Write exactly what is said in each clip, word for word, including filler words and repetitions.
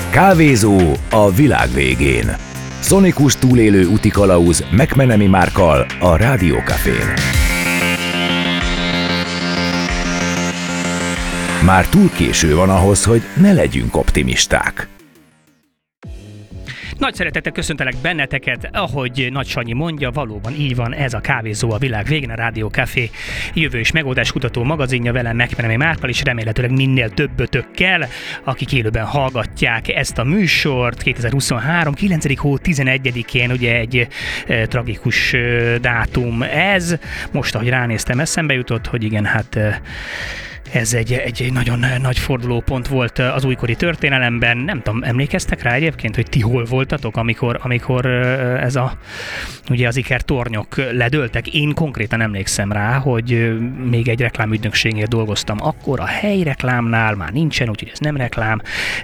Kávézó a világ végén. Szonikus túlélő útikalauz McMenemy Márkkal a Rádió Cafén. Már túl késő van ahhoz, hogy ne legyünk optimisták. Nagy szeretettel köszöntelek benneteket, ahogy Nagy Sanyi mondja, valóban így van, ez a Kávézó a világ végén, a Rádió Café jövő és megoldáskutató magazinja, velem McMenemy Márkkal, és remélhetőleg minél többötökkel, akik élőben hallgatják ezt a műsort. kétezer-huszonhárom. kilencedik hó tizenegyedikén, ugye egy e, tragikus e, dátum ez. Most, ahogy ránéztem, eszembe jutott, hogy igen, hát... E, Ez egy, egy nagyon nagy fordulópont volt az újkori történelemben. Nem tudom, emlékeztek rá egyébként, hogy ti hol voltatok, amikor, amikor ez a, ugye az ikertornyok ledőltek? Én konkrétan emlékszem rá, hogy még egy reklámügynökségnél dolgoztam akkor, a helyreklámnál, már nincsen, úgyhogy ez nem reklám,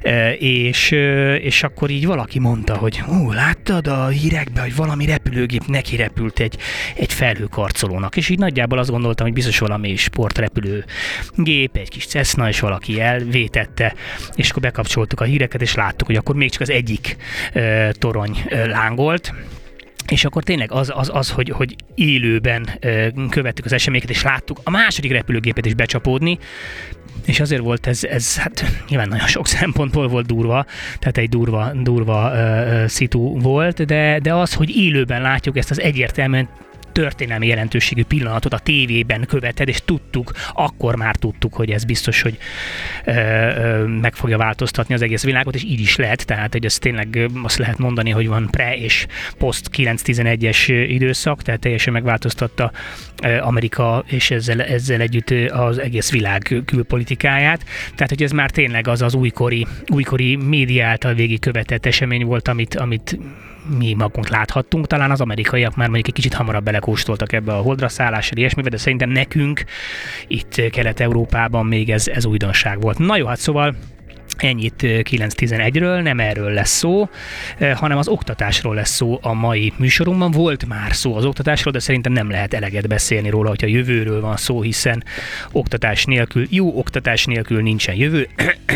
és, és akkor így valaki mondta, hogy ó, láttad a hírekben, hogy valami repülőgép neki repült egy, egy felhőkarcolónak, és így nagyjából azt gondoltam, hogy biztos valami sportrepülő gép, egy kis Cessna, és valaki elvétette, és akkor bekapcsoltuk a híreket, és láttuk, hogy akkor még csak az egyik uh, torony uh, lángolt, és akkor tényleg az, az, az hogy, hogy élőben uh, követtük az eseményeket, és láttuk a második repülőgépet is becsapódni, és azért volt ez, ez hát nyilván nagyon sok szempontból volt durva, tehát egy durva, durva uh, szitu volt, de, de az, hogy élőben látjuk ezt az egyértelműen történelmi jelentőségű pillanatot a tévében követed, és tudtuk, akkor már tudtuk, hogy ez biztos, hogy ö, ö, meg fogja változtatni az egész világot, és így is lehet, tehát hogy ez tényleg azt lehet mondani, hogy van pre- és post kilenc tizenegyes időszak, tehát teljesen megváltoztatta ö, Amerika, és ezzel, ezzel együtt az egész világ külpolitikáját, tehát hogy ez már tényleg az az újkori, újkori média által végigkövetett esemény volt, amit, amit mi magunk láthattunk, talán az amerikaiak már mondjuk egy kicsit hamarabb belekóstoltak ebbe a holdra szállással, ilyesmibe, de szerintem nekünk itt Kelet-Európában még ez, ez újdonság volt. Na jó, hát szóval ennyit kilenc tizenegyről, nem erről lesz szó, hanem az oktatásról lesz szó a mai műsorunkban. Volt már szó az oktatásról, de szerintem nem lehet eleget beszélni róla, hogyha jövőről van szó, hiszen oktatás nélkül, jó oktatás nélkül nincsen jövő.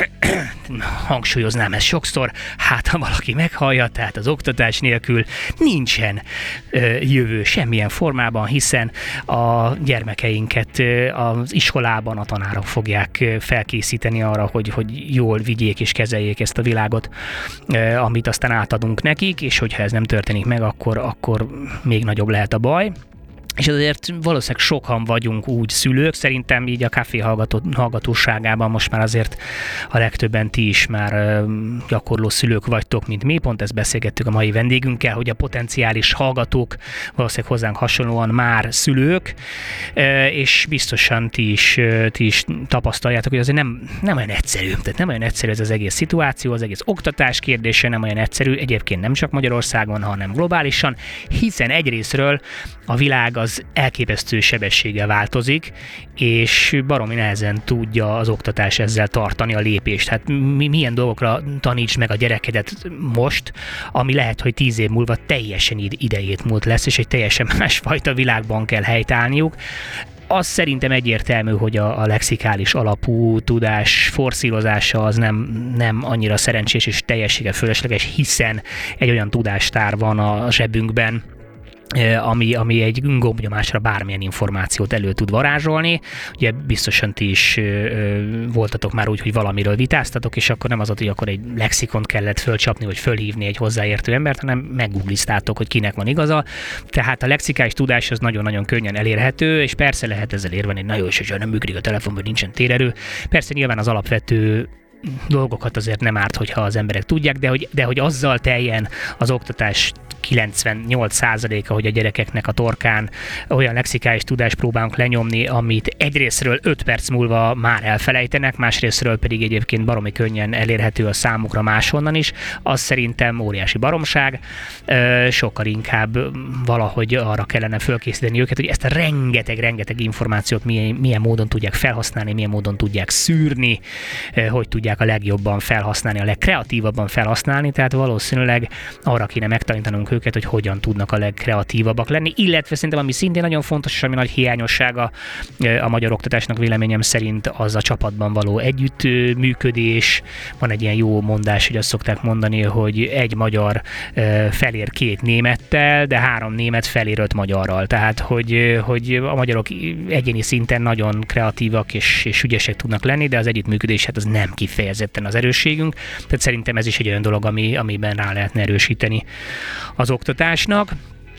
Hangsúlyoznám ezt sokszor, hát ha valaki meghallja, tehát az oktatás nélkül nincsen ö, jövő semmilyen formában, hiszen a gyermekeinket ö, az iskolában a tanárok fogják ö, felkészíteni arra, hogy, hogy jól vigyék és kezeljék ezt a világot, ö, amit aztán átadunk nekik, és hogyha ez nem történik meg, akkor, akkor még nagyobb lehet a baj. És azért valószínűleg sokan vagyunk úgy szülők, szerintem így a kávé hallgató, hallgatóságában most már azért a legtöbben ti is már gyakorló szülők vagytok, mint mi, pont ezt beszélgettük a mai vendégünkkel, hogy a potenciális hallgatók valószínűleg hozzánk hasonlóan már szülők, és biztosan ti is, ti is tapasztaljátok, hogy azért nem, nem olyan egyszerű, tehát nem olyan egyszerű ez az egész szituáció, az egész oktatás kérdése nem olyan egyszerű, egyébként nem csak Magyarországon, hanem globálisan, hiszen egyrészről a világ az elképesztő sebességgel változik, és baromi nehezen tudja az oktatás ezzel tartani a lépést. Hát mi, milyen dolgokra taníts meg a gyerekedet most, ami lehet, hogy tíz év múlva teljesen idejét múlt lesz, és egy teljesen másfajta világban kell helytállniuk. Az szerintem egyértelmű, hogy a, a lexikális alapú tudás forszírozása az nem, nem annyira szerencsés és teljességgel fölösleges, hiszen egy olyan tudástár van a zsebünkben, Ami, ami egy gombnyomásra bármilyen információt elő tud varázsolni. Ugye biztosan ti is ö, voltatok már úgy, hogy valamiről vitáztatok, és akkor nem az, hogy akkor egy lexikont kellett fölcsapni, vagy fölhívni egy hozzáértő embert, hanem meggoogliztátok, hogy kinek van igaza. Tehát a lexikális tudás az nagyon-nagyon könnyen elérhető, és persze lehet ezzel érvelni, hogy na jó, és hogyha nem működik a telefon, vagy nincsen térerő. Persze nyilván az alapvető dolgokat azért nem árt, hogyha az emberek tudják, de hogy, de hogy azzal teljen az oktatás kilencvennyolc százaléka, hogy a gyerekeknek a torkán olyan lexikális tudást próbálunk lenyomni, amit egyrészről öt perc múlva már elfelejtenek, másrészről pedig egyébként baromi könnyen elérhető a számukra máshonnan is, az szerintem óriási baromság. Sokkal inkább valahogy arra kellene fölkészíteni őket, hogy ezt a rengeteg-rengeteg információt milyen, milyen módon tudják felhasználni, milyen módon tudják szűrni, hogy tudják tudják a legjobban felhasználni, a legkreatívabban felhasználni, tehát valószínűleg arra kéne megtanítanunk őket, hogy hogyan tudnak a legkreatívabbak lenni, illetve szerintem, ami szintén nagyon fontos, és ami nagy hiányossága a magyar oktatásnak véleményem szerint, az a csapatban való együttműködés. Van egy ilyen jó mondás, hogy azt szokták mondani, hogy egy magyar felér két némettel, de három német felér öt magyarral. Tehát, hogy, hogy a magyarok egyéni szinten nagyon kreatívak és, és ügyesek tudnak lenni, de az együttműködés hát az nem kifejezetten az erősségünk. Tehát szerintem ez is egy olyan dolog, ami, amiben rá lehetne erősíteni az oktatásnak.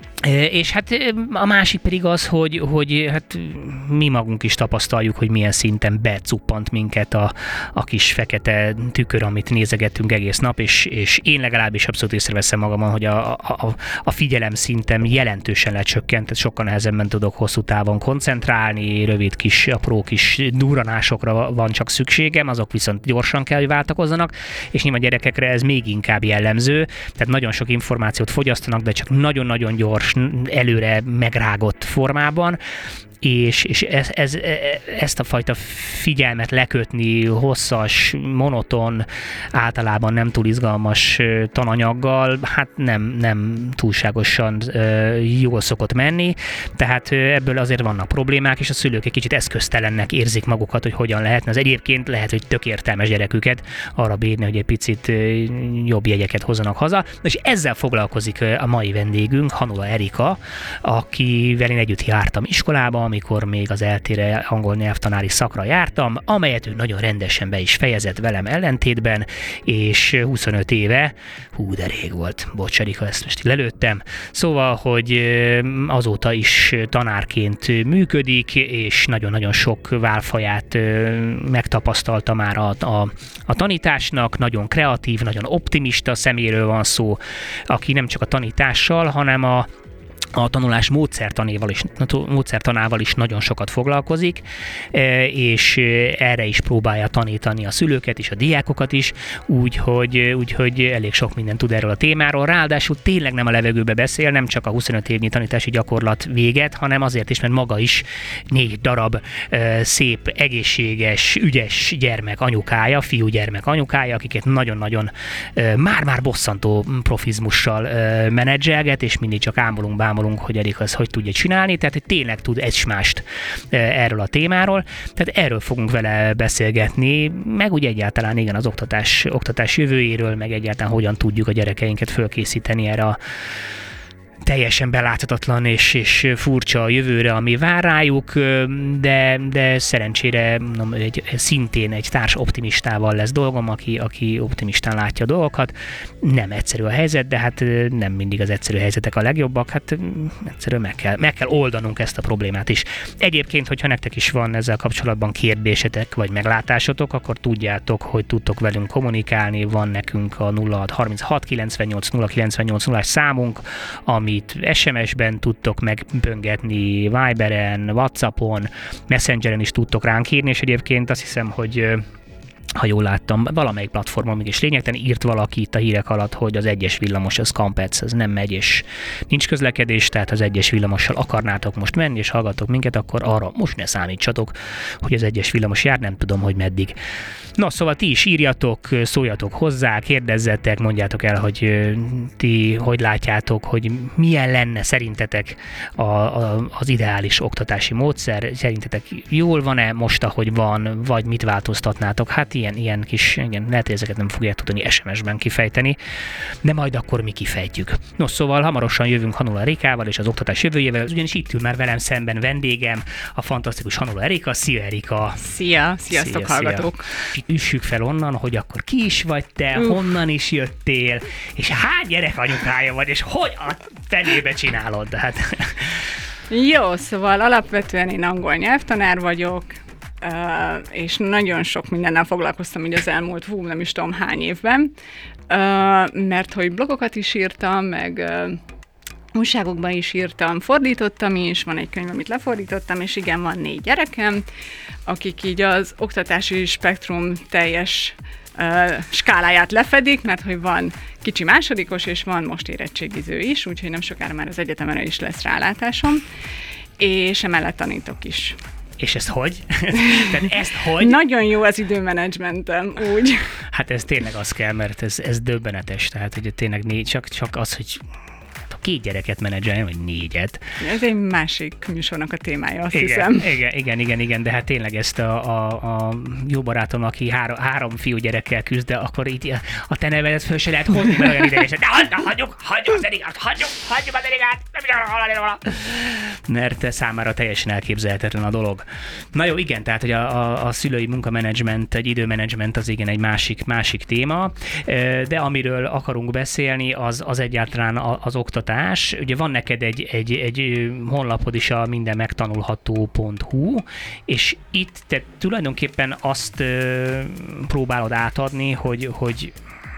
És hát a másik pedig az, hogy, hogy hát mi magunk is tapasztaljuk, hogy milyen szinten becuppant minket a, a kis fekete tükör, amit nézegettünk egész nap, és, és én legalábbis abszolút észreveszem magamon, hogy a, a, a figyelem szintem jelentősen lecsökkent, tehát sokkal nehezebben tudok hosszú távon koncentrálni, rövid kis, apró kis durranásokra van csak szükségem, azok viszont gyorsan kell, hogy váltakozzanak, és nyilván gyerekekre ez még inkább jellemző, tehát nagyon sok információt fogyasztanak, de csak nagyon-nagyon gyors, előre megrágott formában, és, és ez, ez, ezt a fajta figyelmet lekötni hosszas, monoton, általában nem túl izgalmas tananyaggal, hát nem, nem túlságosan jól szokott menni, tehát ebből azért vannak problémák, és a szülők egy kicsit eszköztelennek érzik magukat, hogy hogyan lehetne. Az egyébként lehet, hogy tök értelmes gyereküket arra bírni, hogy egy picit jobb jegyeket hozzanak haza, és ezzel foglalkozik a mai vendégünk, Hanula Erika, akivel én együtt jártam iskolába, amikor még az eltére angol nyelvtanári szakra jártam, amelyet ő nagyon rendesen be is fejezett velem ellentétben, és huszonöt éve, hú, de rég volt, bocs, Erika, ezt most lelőttem, szóval, hogy azóta is tanárként működik, és nagyon-nagyon sok válfaját megtapasztalta már a, a, a tanításnak, nagyon kreatív, nagyon optimista szeméről van szó, aki nem csak a tanítással, hanem a a tanulás módszertanával is, módszertanával is nagyon sokat foglalkozik, és erre is próbálja tanítani a szülőket és a diákokat is, úgyhogy, úgyhogy elég sok mindent tud erről a témáról. Ráadásul tényleg nem a levegőbe beszél, nem csak a huszonöt évnyi tanítási gyakorlat véget, hanem azért is, mert maga is négy darab szép, egészséges, ügyes gyermek anyukája, fiúgyermek anyukája, akiket nagyon-nagyon már-már bosszantó profizmussal menedzselget, és mindig csak ámulunk, bámulunk, hogy Erika ezt hogy tudja csinálni, tehát hogy tényleg tud egymást erről a témáról, tehát erről fogunk vele beszélgetni, meg úgy egyáltalán igen az oktatás, oktatás jövőjéről, meg egyáltalán hogyan tudjuk a gyerekeinket fölkészíteni erre a teljesen beláthatatlan és, és furcsa a jövőre, ami vár rájuk, de, de szerencsére no, egy, szintén egy társ optimistával lesz dolgom, aki, aki optimistán látja a dolgokat. Nem egyszerű a helyzet, de hát nem mindig az egyszerű helyzetek a legjobbak, hát egyszerűen meg kell, meg kell oldanunk ezt a problémát is. Egyébként, hogyha nektek is van ezzel kapcsolatban kérdésetek vagy meglátásotok, akkor tudjátok, hogy tudtok velünk kommunikálni, van nekünk a nulla hat harminchat kilencvennyolc nulla kilencvennyolc nullás számunk, amit es em es-ben tudtok megböngetni, Viberen, WhatsAppon, Messengeren is tudtok ránk írni, és egyébként azt hiszem, hogy ha jól láttam, valamelyik platformon mégis lényegtelen írt valaki itt a hírek alatt, hogy az egyes villamos, az Kampec, az nem megy, és nincs közlekedés, tehát az egyes villamossal akarnátok most menni, és hallgatok minket, akkor arra most ne számítsatok, hogy az egyes villamos jár, nem tudom, hogy meddig. No, szóval ti is írjatok, szóljatok hozzá, kérdezzetek, mondjátok el, hogy ti hogy látjátok, hogy milyen lenne szerintetek a, a, az ideális oktatási módszer, szerintetek jól van-e most, ahogy van, vagy mit változtatnátok? Hát ilyen, ilyen kis, igen, lehet, hogy ezeket nem fogják tudni es em es-ben kifejteni, de majd akkor mi kifejtjük. No, szóval hamarosan jövünk Hanula Erikával és az oktatás jövőjével, ugyanis itt ül már velem szemben vendégem, a fantasztikus Hanula Erika. Szia, Erika! Szia! Sziasztok, szia, hallgatók! Szia. Üssük fel onnan, hogy akkor ki is vagy te, uh. honnan is jöttél, és hány gyerek anyukája vagy, és hogy a fenébe csinálod? Hát. Jó, szóval alapvetően én angol nyelvtanár vagyok, Uh, és nagyon sok mindennel foglalkoztam így az elmúlt, hú, nem is tudom hány évben, uh, mert hogy blogokat is írtam, meg uh, újságokban is írtam, fordítottam is, van egy könyv, amit lefordítottam, és igen, van négy gyerekem, akik így az oktatási spektrum teljes uh, skáláját lefedik, mert hogy van kicsi másodikos, és van most érettségiző is, úgyhogy nem sokára már az egyetemen is lesz rálátásom, és emellett tanítok is. És ezt hogy? Tehát ezt hogy? Nagyon jó az időmenedzsmentem, úgy. Hát ez tényleg az kell, mert ez, ez döbbenetes. Tehát ugye tényleg négy, csak, csak az, hogy két gyereket menedzselni, vagy négyet. Ez egy másik műsornak a témája, azt igen, hiszem. Igen, igen, igen, igen, de hát tényleg ezt a, a, a jó barátom, aki három, három fiú gyerekkel küzd, de akkor így a te nevedet föl se lehet hozni, mert olyan idegesen. De hagyjuk, hagyjuk az Erikát, hagyjuk, hagyjuk az Erikát, nem is hallani róla. Mert számára teljesen elképzelhetetlen a dolog. Na jó, igen, tehát hogy a, a, a szülői munkamenedzsment, egy időmenedzsment az igen egy másik, másik téma, de amiről akarunk beszélni, az, az egyáltalán az oktatás. Ugye van neked egy, egy, egy honlapod is, a mindenmegtanulható pont hu, és itt te tulajdonképpen azt ö, próbálod átadni, hogy, hogy,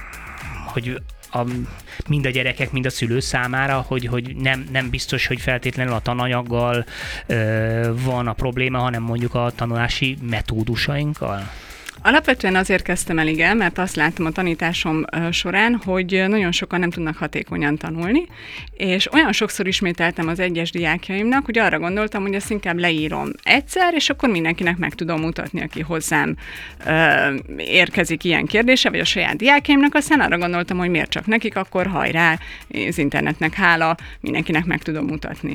hogy a, mind a gyerekek, mind a szülő számára, hogy, hogy nem, nem biztos, hogy feltétlenül a tananyaggal ö, van a probléma, hanem mondjuk a tanulási metódusainkkal? Alapvetően azért kezdtem el, igen, mert azt láttam a tanításom során, hogy nagyon sokan nem tudnak hatékonyan tanulni, és olyan sokszor ismételtem az egyes diákjaimnak, hogy arra gondoltam, hogy ezt inkább leírom egyszer, és akkor mindenkinek meg tudom mutatni, aki hozzám ö, érkezik ilyen kérdése, vagy a saját diákjaimnak, aztán arra gondoltam, hogy miért csak nekik, akkor hajrá, az internetnek hála, mindenkinek meg tudom mutatni.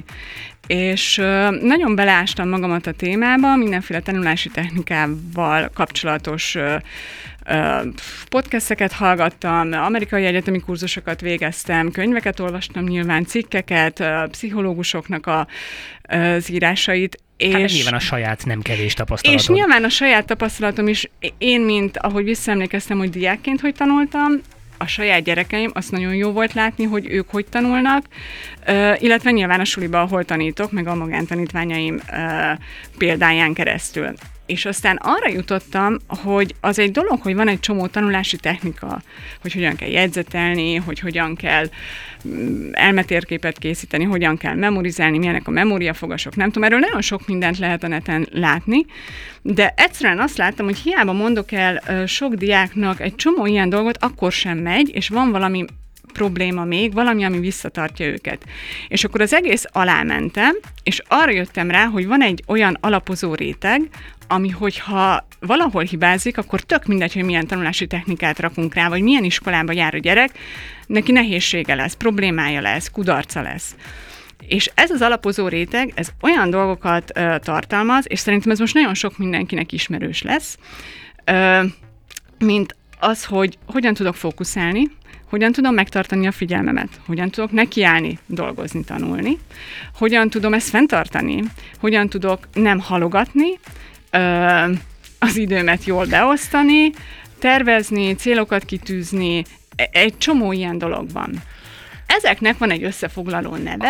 És ö, nagyon beleástam magamat a témába, mindenféle tanulási technikával kapcsolatos ö, ö, podcasteket hallgattam, amerikai egyetemi kurzusokat végeztem, könyveket olvastam, nyilván cikkeket, ö, pszichológusoknak a, az írásait. Hát és nyilván a saját nem kevés tapasztalatod. És nyilván a saját tapasztalatom is, én, mint ahogy visszaemlékeztem, hogy diákként hogy tanultam, a saját gyerekeim, azt nagyon jó volt látni, hogy ők hogy tanulnak, uh, illetve nyilván a suliba, ahol tanítok, meg a magántanítványaim uh, példáján keresztül. És aztán arra jutottam, hogy az egy dolog, hogy van egy csomó tanulási technika, hogy hogyan kell jegyzetelni, hogy hogyan kell elmetérképet készíteni, hogyan kell memorizálni, milyenek a memóriafogasok, nem tudom, erről nagyon sok mindent lehet a neten látni, de egyszerűen azt láttam, hogy hiába mondok el sok diáknak egy csomó ilyen dolgot, akkor sem megy, és van valami probléma még, valami, ami visszatartja őket. És akkor az egész alá mentem, és arra jöttem rá, hogy van egy olyan alapozó réteg, ami, hogyha valahol hibázik, akkor tök mindegy, hogy milyen tanulási technikát rakunk rá, vagy milyen iskolába jár a gyerek, neki nehézsége lesz, problémája lesz, kudarca lesz. És ez az alapozó réteg, ez olyan dolgokat ö, tartalmaz, és szerintem ez most nagyon sok mindenkinek ismerős lesz, ö, mint az, hogy hogyan tudok fókuszálni, hogyan tudom megtartani a figyelmemet, hogyan tudok nekiállni, dolgozni, tanulni, hogyan tudom ezt fenntartani, hogyan tudok nem halogatni, ö, az időmet jól beosztani, tervezni, célokat kitűzni, egy csomó ilyen dolog van. Ezeknek van egy összefoglaló neve.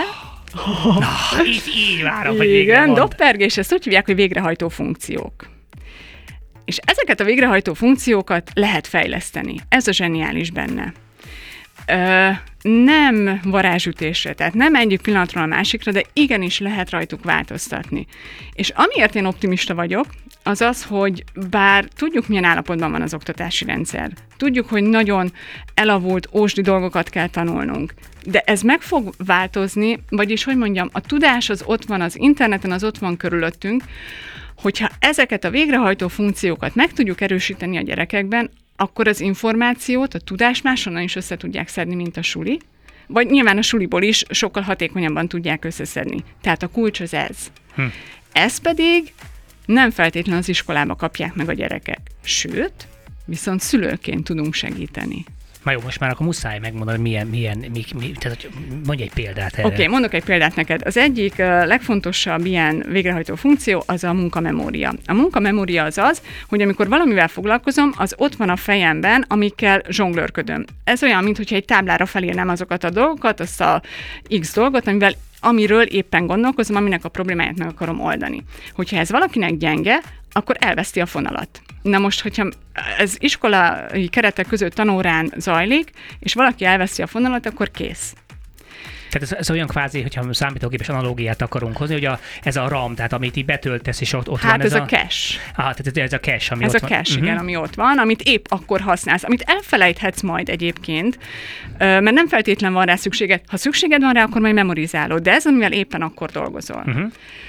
Na, így, így várom, hogy igen, doppergés, ezt úgy hívják, hogy végrehajtó funkciók. És ezeket a végrehajtó funkciókat lehet fejleszteni. Ez a zseniális benne. Ö, nem varázsütésre, tehát nem egyik pillanatról a másikra, de igenis lehet rajtuk változtatni. És amiért én optimista vagyok, az az, hogy bár tudjuk, milyen állapotban van az oktatási rendszer, tudjuk, hogy nagyon elavult, ósdi dolgokat kell tanulnunk, de ez meg fog változni, vagyis, hogy mondjam, a tudás az ott van az interneten, az ott van körülöttünk, hogyha ezeket a végrehajtó funkciókat meg tudjuk erősíteni a gyerekekben, akkor az információt, a tudást máshonnan is össze tudják szedni, mint a suli, vagy nyilván a suliból is sokkal hatékonyabban tudják összeszedni. Tehát a kulcs az ez. Hm. Ez pedig nem feltétlenül az iskolába kapják meg a gyerekek. Sőt, viszont szülőként tudunk segíteni. Na jó, most már akkor muszáj megmondani, milyen, milyen, mi, mi, tehát mondj egy példát erre. Oké, okay, mondok egy példát neked. Az egyik uh, legfontosabb ilyen végrehajtó funkció az a munkamemória. A munkamemória az az, hogy amikor valamivel foglalkozom, az ott van a fejemben, amikkel zsonglőrködöm. Ez olyan, mintha egy táblára felírnám azokat a dolgokat, azt a X dolgot, amivel amiről éppen gondolkozom, aminek a problémáját meg akarom oldani. Hogyha ez valakinek gyenge, akkor elveszti a fonalat. Na most, hogyha ez iskolai keretek között tanórán zajlik, és valaki elveszi a fonalat, akkor kész. Tehát ez, ez olyan kvázi, hogyha számítógépes analógiát akarunk hozni, hogy a, ez a RAM, tehát amit így betöltesz, és ott, ott hát van ez, ez a, a cache. Ah, tehát ez a cache, ami ez ott a van. cache, uh-huh. igen, ami ott van, amit épp akkor használsz, amit elfelejthetsz majd egyébként, mert nem feltétlen van rá szükséged. Ha szükséged van rá, akkor majd memorizálod, de ez, amivel éppen akkor dolgozol. Uh-huh.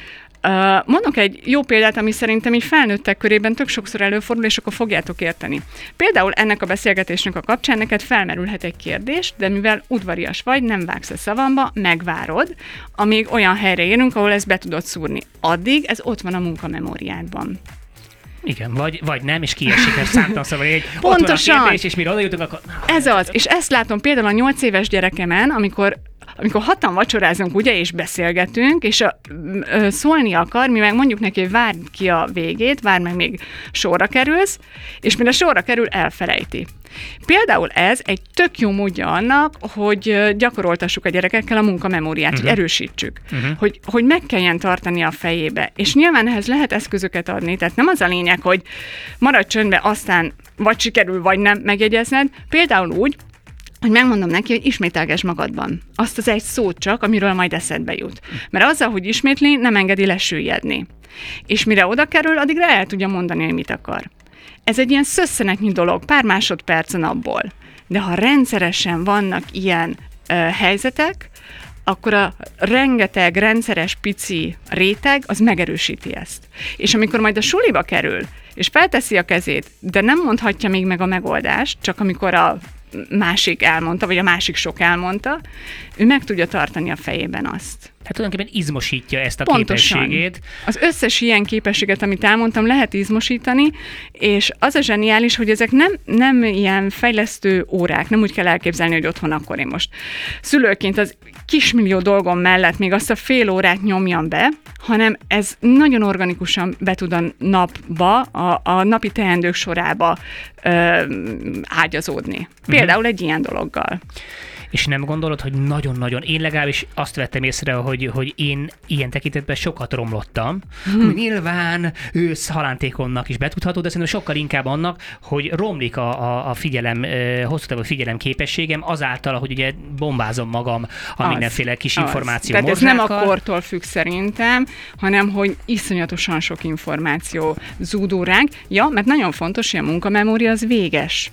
Mondok egy jó példát, ami szerintem így felnőttek körében tök sokszor előfordul, és akkor fogjátok érteni. Például ennek a beszélgetésnek a kapcsán neked felmerülhet egy kérdés, de mivel udvarias vagy, nem vágsz a szavamba, megvárod, amíg olyan helyre érünk, ahol ezt be tudod szúrni. Addig ez ott van a munkamemóriádban. Igen, vagy, vagy nem, és kiesik, mert számtalan szóval egy Pontosan. Ott van a kérdés, és mire oda jutunk, akkor... Ez az, és ezt látom például a nyolc éves gyerekemen, amikor amikor hatan vacsorázunk, ugye, és beszélgetünk, és a, ö, szólni akar, mi meg mondjuk neki, hogy várd ki a végét, várd meg, még sorra kerülsz, és mire sorra kerül, elfelejti. Például ez egy tök jó módja annak, hogy gyakoroltassuk a gyerekekkel a munkamemóriát, uh-huh. hogy erősítsük, uh-huh. hogy, hogy meg kelljen tartani a fejébe. És nyilván ehhez lehet eszközöket adni, tehát nem az a lényeg, hogy maradj csöndbe, aztán vagy sikerül, vagy nem megjegyezned. Például úgy, hogy megmondom neki, hogy ismételgesd magadban azt az egy szót csak, amiről majd eszedbe jut. Mert azzal, hogy ismétli, nem engedi lesüllyedni. És mire oda kerül, addigra el tudja mondani, hogy mit akar. Ez egy ilyen szösszenetnyi dolog, pár másodperc a napból. De ha rendszeresen vannak ilyen ö, helyzetek, akkor a rengeteg rendszeres pici réteg, az megerősíti ezt. És amikor majd a suliba kerül, és felteszi a kezét, de nem mondhatja még meg a megoldást, csak amikor a másik elmondta, vagy a másik sok elmondta, ő meg tudja tartani a fejében azt. Hát tulajdonképpen izmosítja ezt a Pontosan. képességét. Az összes ilyen képességet, amit elmondtam, lehet izmosítani, és az a zseniális, hogy ezek nem, nem ilyen fejlesztő órák, nem úgy kell elképzelni, hogy otthon akkor én most szülőként az kismillió dolgom mellett még azt a fél órát nyomjam be, hanem ez nagyon organikusan be tud a napba, a, a napi teendők sorába ö, ágyazódni. Például egy ilyen dologgal. És nem gondolod, hogy nagyon-nagyon, én legalábbis azt vettem észre, hogy, hogy én ilyen tekintetben sokat romlottam. Hmm. Nyilván ősz halántékonnak is betudható, de szerintem sokkal inkább annak, hogy romlik a, a, a figyelem, hosszú távú figyelem képességem azáltal, hogy ugye bombázom magam a az, mindenféle kis az. információ Tehát morzsákkal. ez nem a kortól függ szerintem, hanem hogy iszonyatosan sok információ zúdul ránk. Ja, mert nagyon fontos, hogy a munkamemória az véges.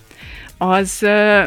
Az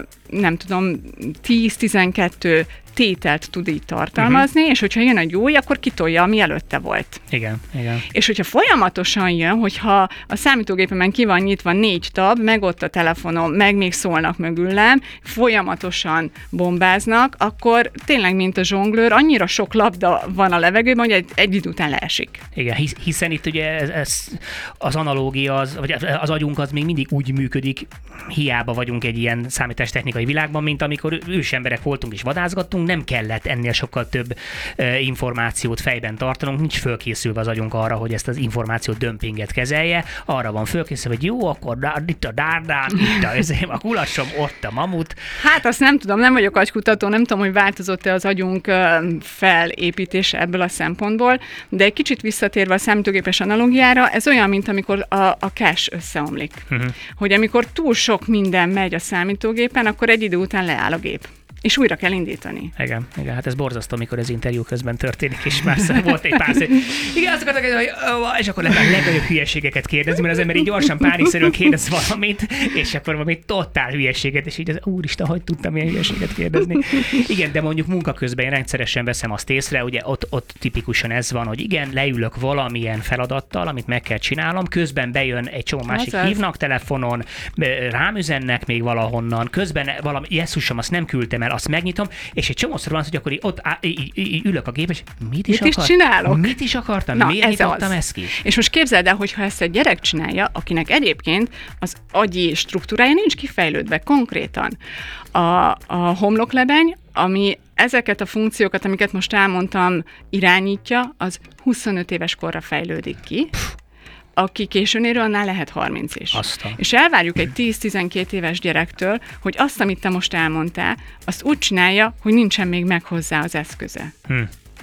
nem tudom, tíz-tizenkettő tételt tud így tartalmazni, uh-huh. és hogyha jön egy új, akkor kitolja, ami előtte volt. Igen, igen. És hogyha folyamatosan jön, hogyha a számítógépemen ki van nyitva négy tab, meg ott a telefonom, meg még szólnak mögülem, folyamatosan bombáznak, akkor tényleg, mint a zsonglőr, annyira sok labda van a levegőben, hogy egy, egy idő után leesik. Igen, hisz, hiszen itt ugye ez, ez, az analógia, az, vagy az agyunk az még mindig úgy működik, hiába vagyunk egy ilyen számítástechnikai világban, mint amikor ősemberek voltunk és vadászgattunk, nem kellett ennél sokkal több uh, információt fejben tartanunk, nincs fölkészülve az agyunk arra, hogy ezt az információ dömpinget kezelje, arra van fölkészülve, hogy jó, akkor dá, itt a dárdán, itt a, ezért, a kulacsom, ott a mamut. Hát azt nem tudom, nem vagyok agykutató, nem tudom, hogy változott-e az agyunk uh, felépítése ebből a szempontból, de egy kicsit visszatérve a számítógépes analógiára, ez olyan, mint amikor a, a cache összeomlik. Uh-huh. Hogy amikor túl sok minden megy a számítógépen, akkor egy idő után leáll a gép. És újra kell indítani. Igen, igen, hát ez borzasztó, amikor az interjú közben történik, és már volt egy pár szér. Igen, azt akartak, hogy és akkor lehet a legnagyobb hülyeségeket kérdezni, mert az ember így gyorsan pánikszerűen kérdez valamit, és akkor valami totál hülyeséget, és így az úristen, hogy tudtam ilyen hülyeséget kérdezni. Igen, de mondjuk munka közben én rendszeresen veszem azt észre, ugye ott, ott tipikusan ez van, hogy igen, leülök valamilyen feladattal, amit meg kell csinálnom, közben bejön egy csomó másik, az hívnak az. telefonon, rám üzennek még valahonnan, közben valami, jesszusom, azt nem küldtem el, azt megnyitom, és egy csomószor van az, hogy akkor így ott á, így, így ülök a gép, és mit is, mit akar? is csinálok? Mit is akartam? Na, Miért ez nyitottam az. ezt ki? És most képzeld el, hogyha ezt egy gyerek csinálja, akinek egyébként az agyi struktúrája nincs kifejlődve konkrétan. A, a homloklebeny, ami ezeket a funkciókat, amiket most elmondtam, irányítja, az huszonöt éves korra fejlődik ki. Aki későn érő, annál lehet harminc is. Aztán. És elvárjuk egy tíz-tizenkét éves gyerektől, hogy azt, amit te most elmondtál, azt úgy csinálja, hogy nincsen még meg hozzá az eszköze. Hm.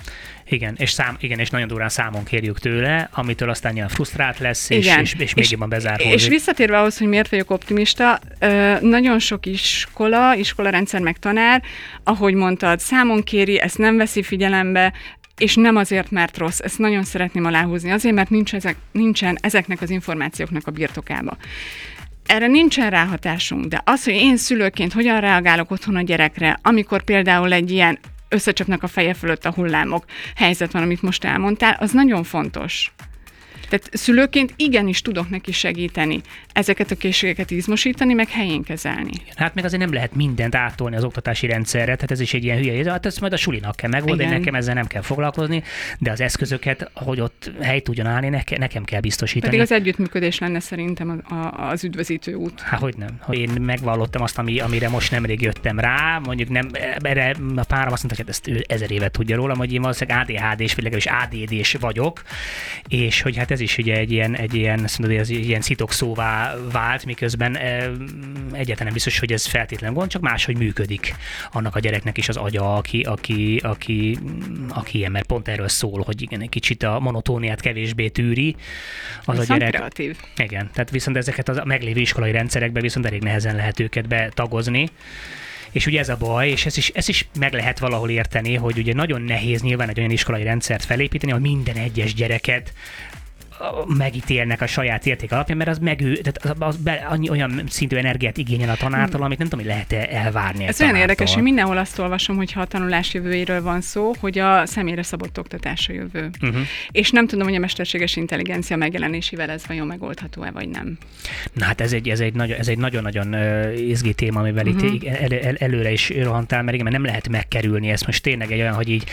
Igen, és, szám, igen, és nagyon durán számon kérjük tőle, amitől aztán ilyen frusztrált lesz, és, és, és még jobban bezárkózik. És visszatérve ahhoz, hogy miért vagyok optimista, nagyon sok iskola, iskolarendszer meg tanár, ahogy mondtad, számon kéri, ezt nem veszi figyelembe, és nem azért, mert rossz, ezt nagyon szeretném aláhúzni, azért, mert nincs ezek, nincsen ezeknek az információknak a birtokába. Erre nincsen ráhatásunk, de az, hogy én szülőként hogyan reagálok otthon a gyerekre, amikor például egy ilyen összecsapnak a feje fölött a hullámok. Helyzet van, amit most elmondtál, az nagyon fontos. Tehát szülőként igenis tudok neki segíteni ezeket a készségeket izmosítani, meg helyén kezelni. Hát meg azért nem lehet mindent áttolni az oktatási rendszerre, tehát ez is egy ilyen hülye, hát ezt majd a sulinak kell megoldani, nekem ezzel nem kell foglalkozni, de az eszközöket, hogy ott hely tudjon állni, nekem, nekem kell biztosítani. Pedig az együttműködés lenne szerintem a, a, az üdvözítő út. Hát hogy nem. Én megvallottam azt, ami, amire most nemrég jöttem rá, mondjuk nem, erre a párom azt mondta, hogy ezt ő ezer évet tudja róla, hogy én valószínűleg á dé há dés, vagy legalábbis á dé dés vagyok, és hogy hát ez is ugye egy ilyen, egy ilyen, azt mondod, ez ilyen szitokszóvá vált, miközben e, egyáltalán nem biztos, hogy ez feltétlen gond, csak máshogy működik annak a gyereknek is az agya, aki, aki, aki, aki ilyen, mert pont erről szól, hogy igen, egy kicsit a monotóniát kevésbé tűri. Az viszont a gyerek. Kreatív. Igen, tehát viszont ezeket a meglévő iskolai rendszerekben viszont elég nehezen lehet őket betagozni. És ugye ez a baj, és ezt is, ezt is meg lehet valahol érteni, hogy ugye nagyon nehéz nyilván egy olyan iskolai rendszert felépíteni, hogy minden egyes gyereket megítélnek a saját érték alapján, mert az megő, tehát az be, annyi, olyan szintű energiát igényel a tanártól, amit nem tudom, hogy lehet elvárni. Ez olyan érdekes, hogy mindenhol azt olvasom, hogy ha a tanulás jövőjéről van szó, hogy a személyre szabott oktatás a jövő. Uh-huh. És nem tudom, hogy a mesterséges intelligencia megjelenésével ez vajon megoldható-e, vagy nem. Na hát ez egy, ez egy, nagyon, ez egy nagyon-nagyon uh, izgi téma, amivel uh-huh. itt el, el, előre is rohantál, mert igen, mert nem lehet megkerülni ezt. Most tényleg egy olyan, hogy így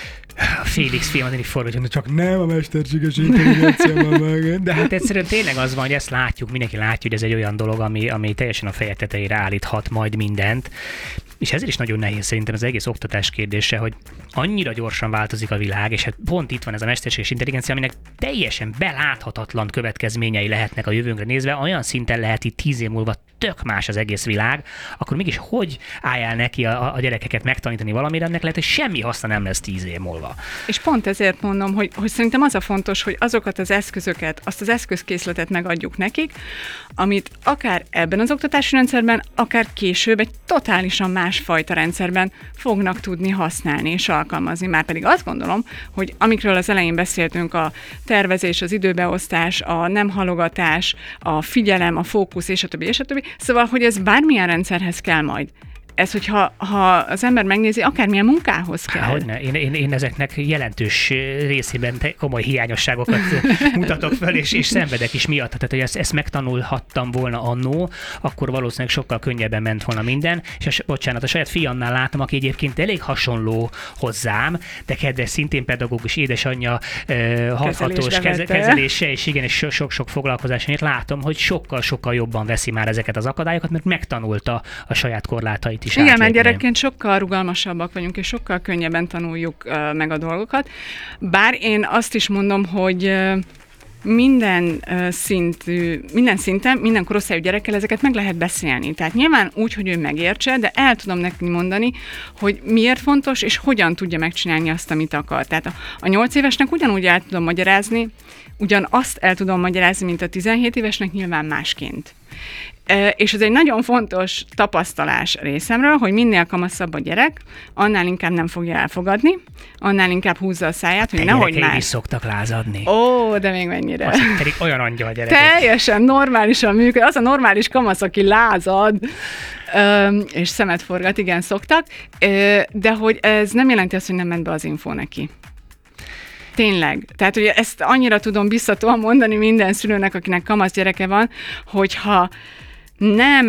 Félix film az egyik forgatja, hogy csak nem a mesterséges intelligencia meg. De hát egyszerűen tényleg az van, hogy ezt látjuk, mindenki látja, hogy ez egy olyan dolog, ami, ami teljesen a feje tetejére állíthat majd mindent. És ezért is nagyon nehéz szerintem az egész oktatás kérdése, hogy annyira gyorsan változik a világ, és hát pont itt van ez a mesterséges intelligencia, aminek teljesen beláthatatlan következményei lehetnek a jövőnkre nézve, olyan szinten lehet itt tíz év múlva tök más az egész világ, akkor mégis hogy álljál neki a, a gyerekeket megtanítani valamire, ennek lehet, hogy semmi haszna nem lesz tíz év múlva. És pont ezért mondom, hogy, hogy szerintem az a fontos, hogy azokat az eszközöket, azt az eszközkészletet megadjuk nekik, amit akár ebben az oktatási rendszerben, akár később egy totálisan másfajta rendszerben fognak tudni használni és alkalmazni. Márpedig azt gondolom, hogy amikről az elején beszéltünk, a tervezés, az időbeosztás, a nem halogatás, a figyelem, a fókusz, és a többi, és a többi. Szóval, hogy ez bármilyen rendszerhez kell majd. Ez, hogyha ha az ember megnézi, akármilyen munkához kell. Há, hogyne. Én, én, én ezeknek jelentős részében komoly hiányosságokat mutatok fel, és, és szenvedek is miatt. Tehát, hogy ezt, ezt megtanulhattam volna annó, akkor valószínűleg sokkal könnyebben ment volna minden. És a, bocsánat, a saját fiamnál látom, aki egyébként elég hasonló hozzám, de kedves, szintén pedagógus édesanyja, uh, hathatós keze, kezelése, és igen, és sok-sok foglalkozásait látom, hogy sokkal-sokkal jobban veszi már ezeket az akadályokat, mert megtanulta a saját korlátait. Igen, mert gyerekként sokkal rugalmasabbak vagyunk, és sokkal könnyebben tanuljuk uh, meg a dolgokat. Bár én azt is mondom, hogy uh, minden uh, szintű, minden szinten, minden korosztályú gyerekkel ezeket meg lehet beszélni. Tehát nyilván úgy, hogy ő megértse, de el tudom neki mondani, hogy miért fontos, és hogyan tudja megcsinálni azt, amit akar. Tehát a, a nyolc évesnek ugyanúgy el tudom magyarázni, ugyan azt el tudom magyarázni, mint a tizenhét évesnek, nyilván másként. És ez egy nagyon fontos tapasztalás részemről, hogy minél kamaszabb a gyerek, annál inkább nem fogja elfogadni, annál inkább húzza a száját, hogy nehogy már... is szoktak lázadni. Ó, de még mennyire. Azt pedig olyan angyal a gyerekek. Teljesen normálisan működik. Az a normális kamasz, aki lázad, és szemet forgat, igen, szoktak, de hogy ez nem jelenti azt, hogy nem ment be az info neki. Tényleg. Tehát, hogy ezt annyira tudom biztatóan mondani minden szülőnek, akinek kamasz gyereke van, hogyha nem,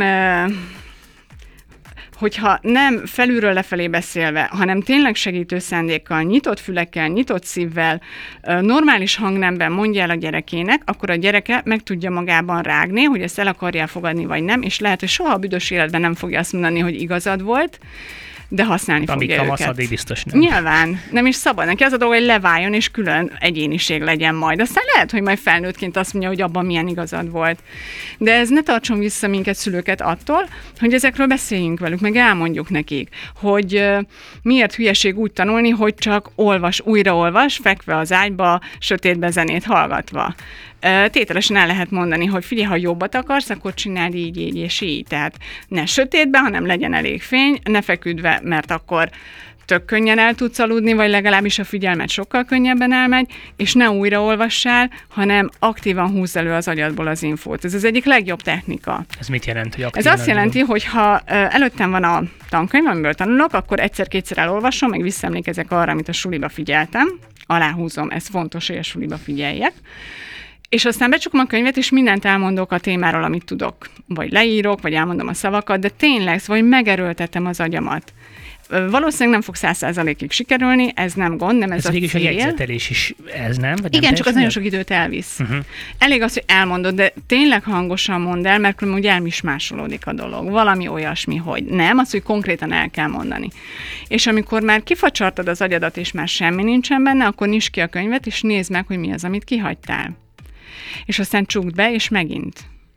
hogyha nem felülről lefelé beszélve, hanem tényleg segítő szándékkal, nyitott fülekkel, nyitott szívvel, normális hangnemben mondja el a gyerekének, akkor a gyereke meg tudja magában rágni, hogy ezt el akarja fogadni, vagy nem, és lehet, hogy soha a büdös életben nem fogja azt mondani, hogy igazad volt, de használni Amíg fogja kamasz, őket. addig biztos nem. Nyilván, nem is szabad. Neki az a dolog, hogy leváljon, és külön egyéniség legyen majd. Aztán lehet, hogy majd felnőttként azt mondja, hogy abban milyen igazad volt. De ez ne tartson vissza minket, szülőket attól, hogy ezekről beszéljünk velük, meg elmondjuk nekik, hogy uh, miért hülyeség úgy tanulni, hogy csak olvas, újraolvas, fekve az ágyba, sötétbe zenét hallgatva. Tételesen el lehet mondani, hogy figyelj, ha jobbat akarsz, akkor csináld így, így és így. Tehát ne sötétben, hanem legyen elég fény, ne feküdve, mert akkor tök könnyen el tudsz aludni, vagy legalábbis a figyelmet sokkal könnyebben elmegy, és ne újraolvassál, hanem aktívan húzz elő az agyadból az infót. Ez az egyik legjobb technika. Ez mit jelent, hogy Ez azt jelenti, hogy ha előttem van a tankönyv, amiből tanulok, akkor egyszer-kétszer elolvasom, meg visszaemlékezek arra, amit a suliba figyeltem, aláhúzom, ez fontos, hogy a suliba figyeljek. És aztán becsukom a könyvet, és mindent elmondok a témáról, amit tudok. Vagy leírok, vagy elmondom a szavakat, de tényleg, vagy megerőltetem az agyamat. Valószínűleg nem fog száz százalékig sikerülni, ez nem gond, nem ez, ez a cél. Ez végig a jegyzetelés is, ez nem? Vagy Igen, nem csak az nagyon sok időt elvisz. Uh-huh. Elég az, hogy elmondod, de tényleg hangosan mondd el, mert különben ugye elmismásolódik a dolog. Valami olyasmi, hogy nem, az, hogy konkrétan el kell mondani. És amikor már kifacsartad az agyadat, és már semmi nincsen benne, akkor nyisd ki a könyvet, és nézd meg, hogy mi az, amit kihagytál. És aztán csukd be, és megint.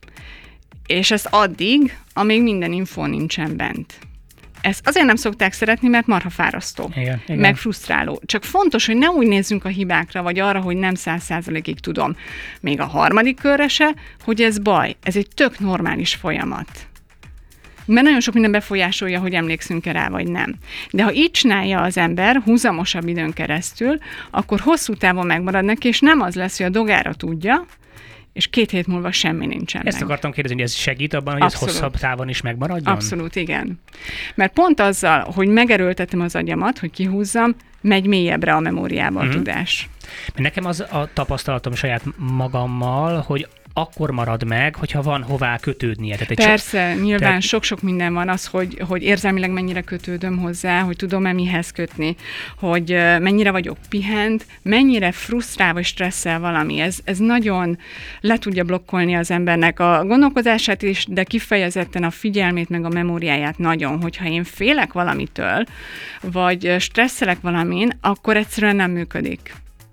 És ez addig, amíg minden infó nincsen bent. Ezt azért nem szokták szeretni, mert marha fárasztó, igen, igen. meg frusztráló. Csak fontos, hogy ne úgy nézzünk a hibákra, vagy arra, hogy nem száz százalékig tudom. Még a harmadik körre se, hogy ez baj. Ez egy tök normális folyamat. Mert nagyon sok minden befolyásolja, hogy emlékszünk-e rá, vagy nem. De ha így csinálja az ember húzamosabb időn keresztül, akkor hosszú távon megmarad neki, és nem az lesz, hogy a dogára tudja, és két hét múlva semmi nincsen Ezt meg. akartam kérdezni, hogy ez segít abban, hogy Abszolút. ez hosszabb távon is megmaradjon? Abszolút, igen. Mert pont azzal, hogy megerőltetem az agyamat, hogy kihúzzam, megy mélyebbre a memóriába uh-huh. a tudás. Nekem az a tapasztalatom saját magammal, hogy akkor marad meg, hogyha van hová kötődnie. Tehát Persze, so- nyilván tehát... sok-sok minden van az, hogy, hogy érzelmileg mennyire kötődöm hozzá, hogy tudom-e mihez kötni, hogy mennyire vagyok pihent, mennyire frusztrál vagy stresszel valami. Ez, ez nagyon le tudja blokkolni az embernek a gondolkodását is, de kifejezetten a figyelmét meg a memóriáját nagyon. Hogyha én félek valamitől, vagy stresszelek valamin, akkor egyszerűen nem működik.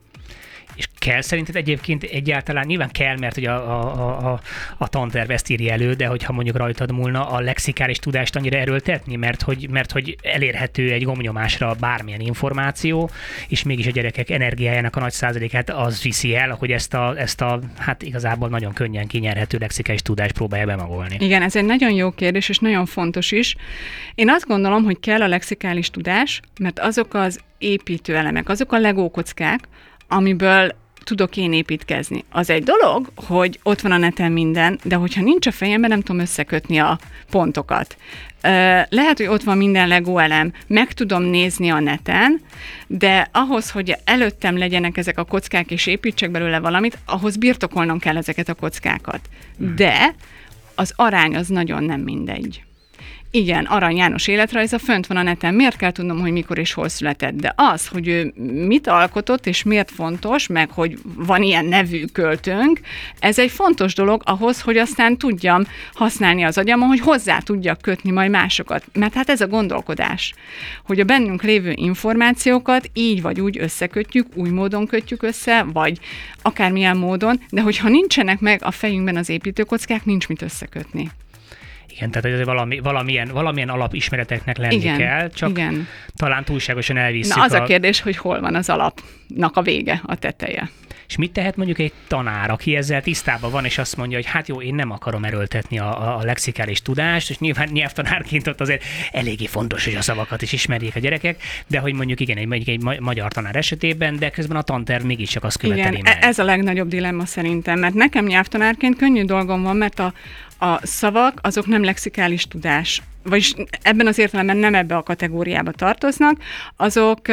És kell szerinted egyébként egyáltalán, nyilván kell, mert ugye a, a, a, a tanterv ezt írja elő, de hogyha mondjuk rajtad múlna a lexikális tudást annyira erőltetni, mert hogy, mert hogy elérhető egy gombnyomásra bármilyen információ, és mégis a gyerekek energiájának a nagy százalékát az viszi el, hogy ezt a, ezt a hát igazából nagyon könnyen kinyerhető lexikális tudást próbálja bemagolni. Igen, ez egy nagyon jó kérdés, és nagyon fontos is. Én azt gondolom, hogy kell a lexikális tudás, mert azok az építőelemek, azok a legókockák, amiből tudok én építkezni. Az egy dolog, hogy ott van a neten minden, de hogyha nincs a fejemben, nem tudom összekötni a pontokat. Lehet, hogy ott van minden Lego elem, meg tudom nézni a neten, de ahhoz, hogy előttem legyenek ezek a kockák, és építsek belőle valamit, ahhoz birtokolnom kell ezeket a kockákat. De az arány az nagyon nem mindegy. Igen, Arany János életrajza fönt van a neten, miért kell tudnom, hogy mikor és hol született, de az, hogy ő mit alkotott, és miért fontos, meg hogy van ilyen nevű költőnk, ez egy fontos dolog ahhoz, hogy aztán tudjam használni az agyamon, hogy hozzá tudjak kötni majd másokat. Mert hát ez a gondolkodás, hogy a bennünk lévő információkat így vagy úgy összekötjük, új módon kötjük össze, vagy akármilyen módon, de hogyha nincsenek meg a fejünkben az építőkockák, nincs mit összekötni. Igen, tehát ez valami, valamilyen, valamilyen alapismereteknek lenni igen, kell, csak igen. Talán túlságosan elvisszük. Na az a... a kérdés, hogy hol van az alapnak a vége, a teteje. És mit tehet mondjuk egy tanár, aki ezzel tisztában van, és azt mondja, hogy hát jó, én nem akarom erőltetni a, a lexikális tudást, és nyilván nyelvtanárként ott azért eléggé fontos, hogy a szavakat is ismerjék a gyerekek, de hogy mondjuk igen, egy, mondjuk egy magyar tanár esetében, de közben a tanterv mégiscsak azt követeli igen, meg. Ez a legnagyobb dilemma szerintem, mert nekem nyelvtanárként könnyű dolgom van, mert a, a szavak azok nem lexikális tudás, vagyis ebben az értelemben nem ebbe a kategóriába tartoznak, azok...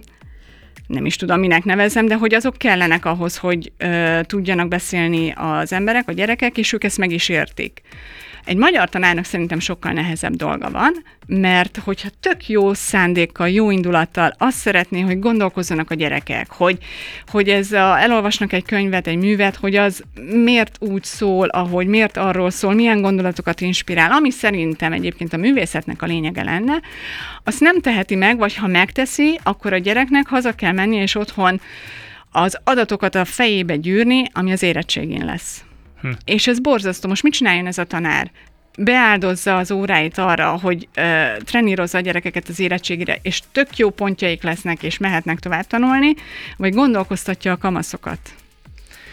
nem is tudom, minek nevezzem, de hogy azok kellenek ahhoz, hogy ö, tudjanak beszélni az emberek, a gyerekek, és ők ezt meg is értik. Egy magyar tanárnak szerintem sokkal nehezebb dolga van, mert hogyha tök jó szándékkal, jó indulattal azt szeretné, hogy gondolkozzanak a gyerekek, hogy, hogy ez a, elolvasnak egy könyvet, egy művet, hogy az miért úgy szól, ahogy, miért arról szól, milyen gondolatokat inspirál, ami szerintem egyébként a művészetnek a lényege lenne, azt nem teheti meg, vagy ha megteszi, akkor a gyereknek haza kell menni, és otthon az adatokat a fejébe gyűrni, ami az érettségén lesz. Hm. És ez borzasztó. Most mit csináljon ez a tanár? Beáldozza az óráit arra, hogy ö, trenírozza a gyerekeket az érettségére, és tök jó pontjaik lesznek, és mehetnek tovább tanulni, vagy gondolkoztatja a kamaszokat?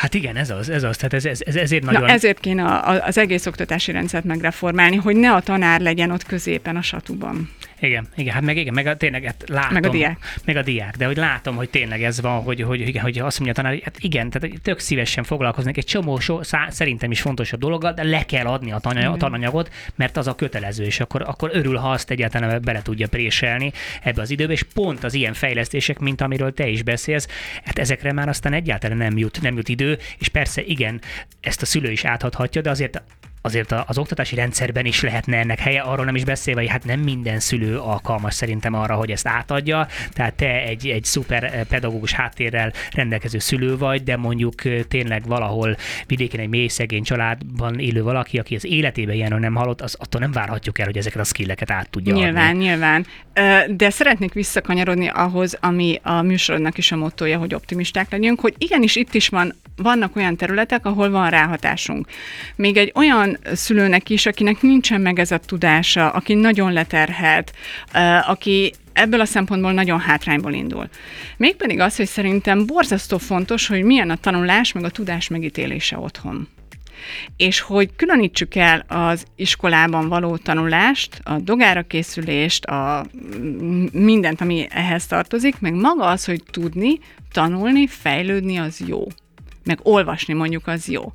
Hát igen, ez az, ez az, tehát ez, ez, ez ezért nagyon... Na, ezért kéne a, a, az egész oktatási rendszert megreformálni, hogy ne a tanár legyen ott középen a satuban. Igen, igen, hát meg igen, meg a, tényleg hát látom. Meg a diák. Meg a diák, de hogy látom, hogy tényleg ez van, hogy, hogy, hogy, hogy azt mondja a tanár, hogy hát igen, tehát tök szívesen foglalkoznak egy csomó, so, szá, szerintem is fontosabb dologgal, de le kell adni a, tanya, a tananyagot, mert az a kötelező, és akkor, akkor örül, ha azt egyáltalán bele tudja préselni ebbe az időbe, és pont az ilyen fejlesztések, mint amiről te is beszélsz, hát ezekre már aztán egyáltalán nem jut, nem jut idő, és persze igen, ezt a szülő is áthathatja, de azért azért az oktatási rendszerben is lehetne ennek helye, arról nem is beszélve, hogy hát nem minden szülő alkalmas szerintem arra, hogy ezt átadja, tehát te egy, egy szuper pedagógus háttérrel rendelkező szülő vagy, de mondjuk tényleg valahol vidéken egy mély szegény családban élő valaki, aki az életében ilyenről nem hallott, az attól nem várhatjuk el, hogy ezeket a skilleket át tudja nyilván, adni. Nyilván, de szeretnék visszakanyarodni ahhoz, ami a műsorodnak is a mottója, hogy optimisták legyünk, hogy igenis itt is van, vannak olyan területek, ahol van ráhatásunk. Még egy olyan szülőnek is, akinek nincsen meg ez a tudása, aki nagyon leterhelt, aki ebből a szempontból nagyon hátrányból indul. Mégpedig az, hogy szerintem borzasztó fontos, hogy milyen a tanulás, meg a tudás megítélése otthon. És hogy különítsük el az iskolában való tanulást, a dogára készülést, a mindent, ami ehhez tartozik, meg maga az, hogy tudni, tanulni, fejlődni, az jó. Meg olvasni mondjuk az jó.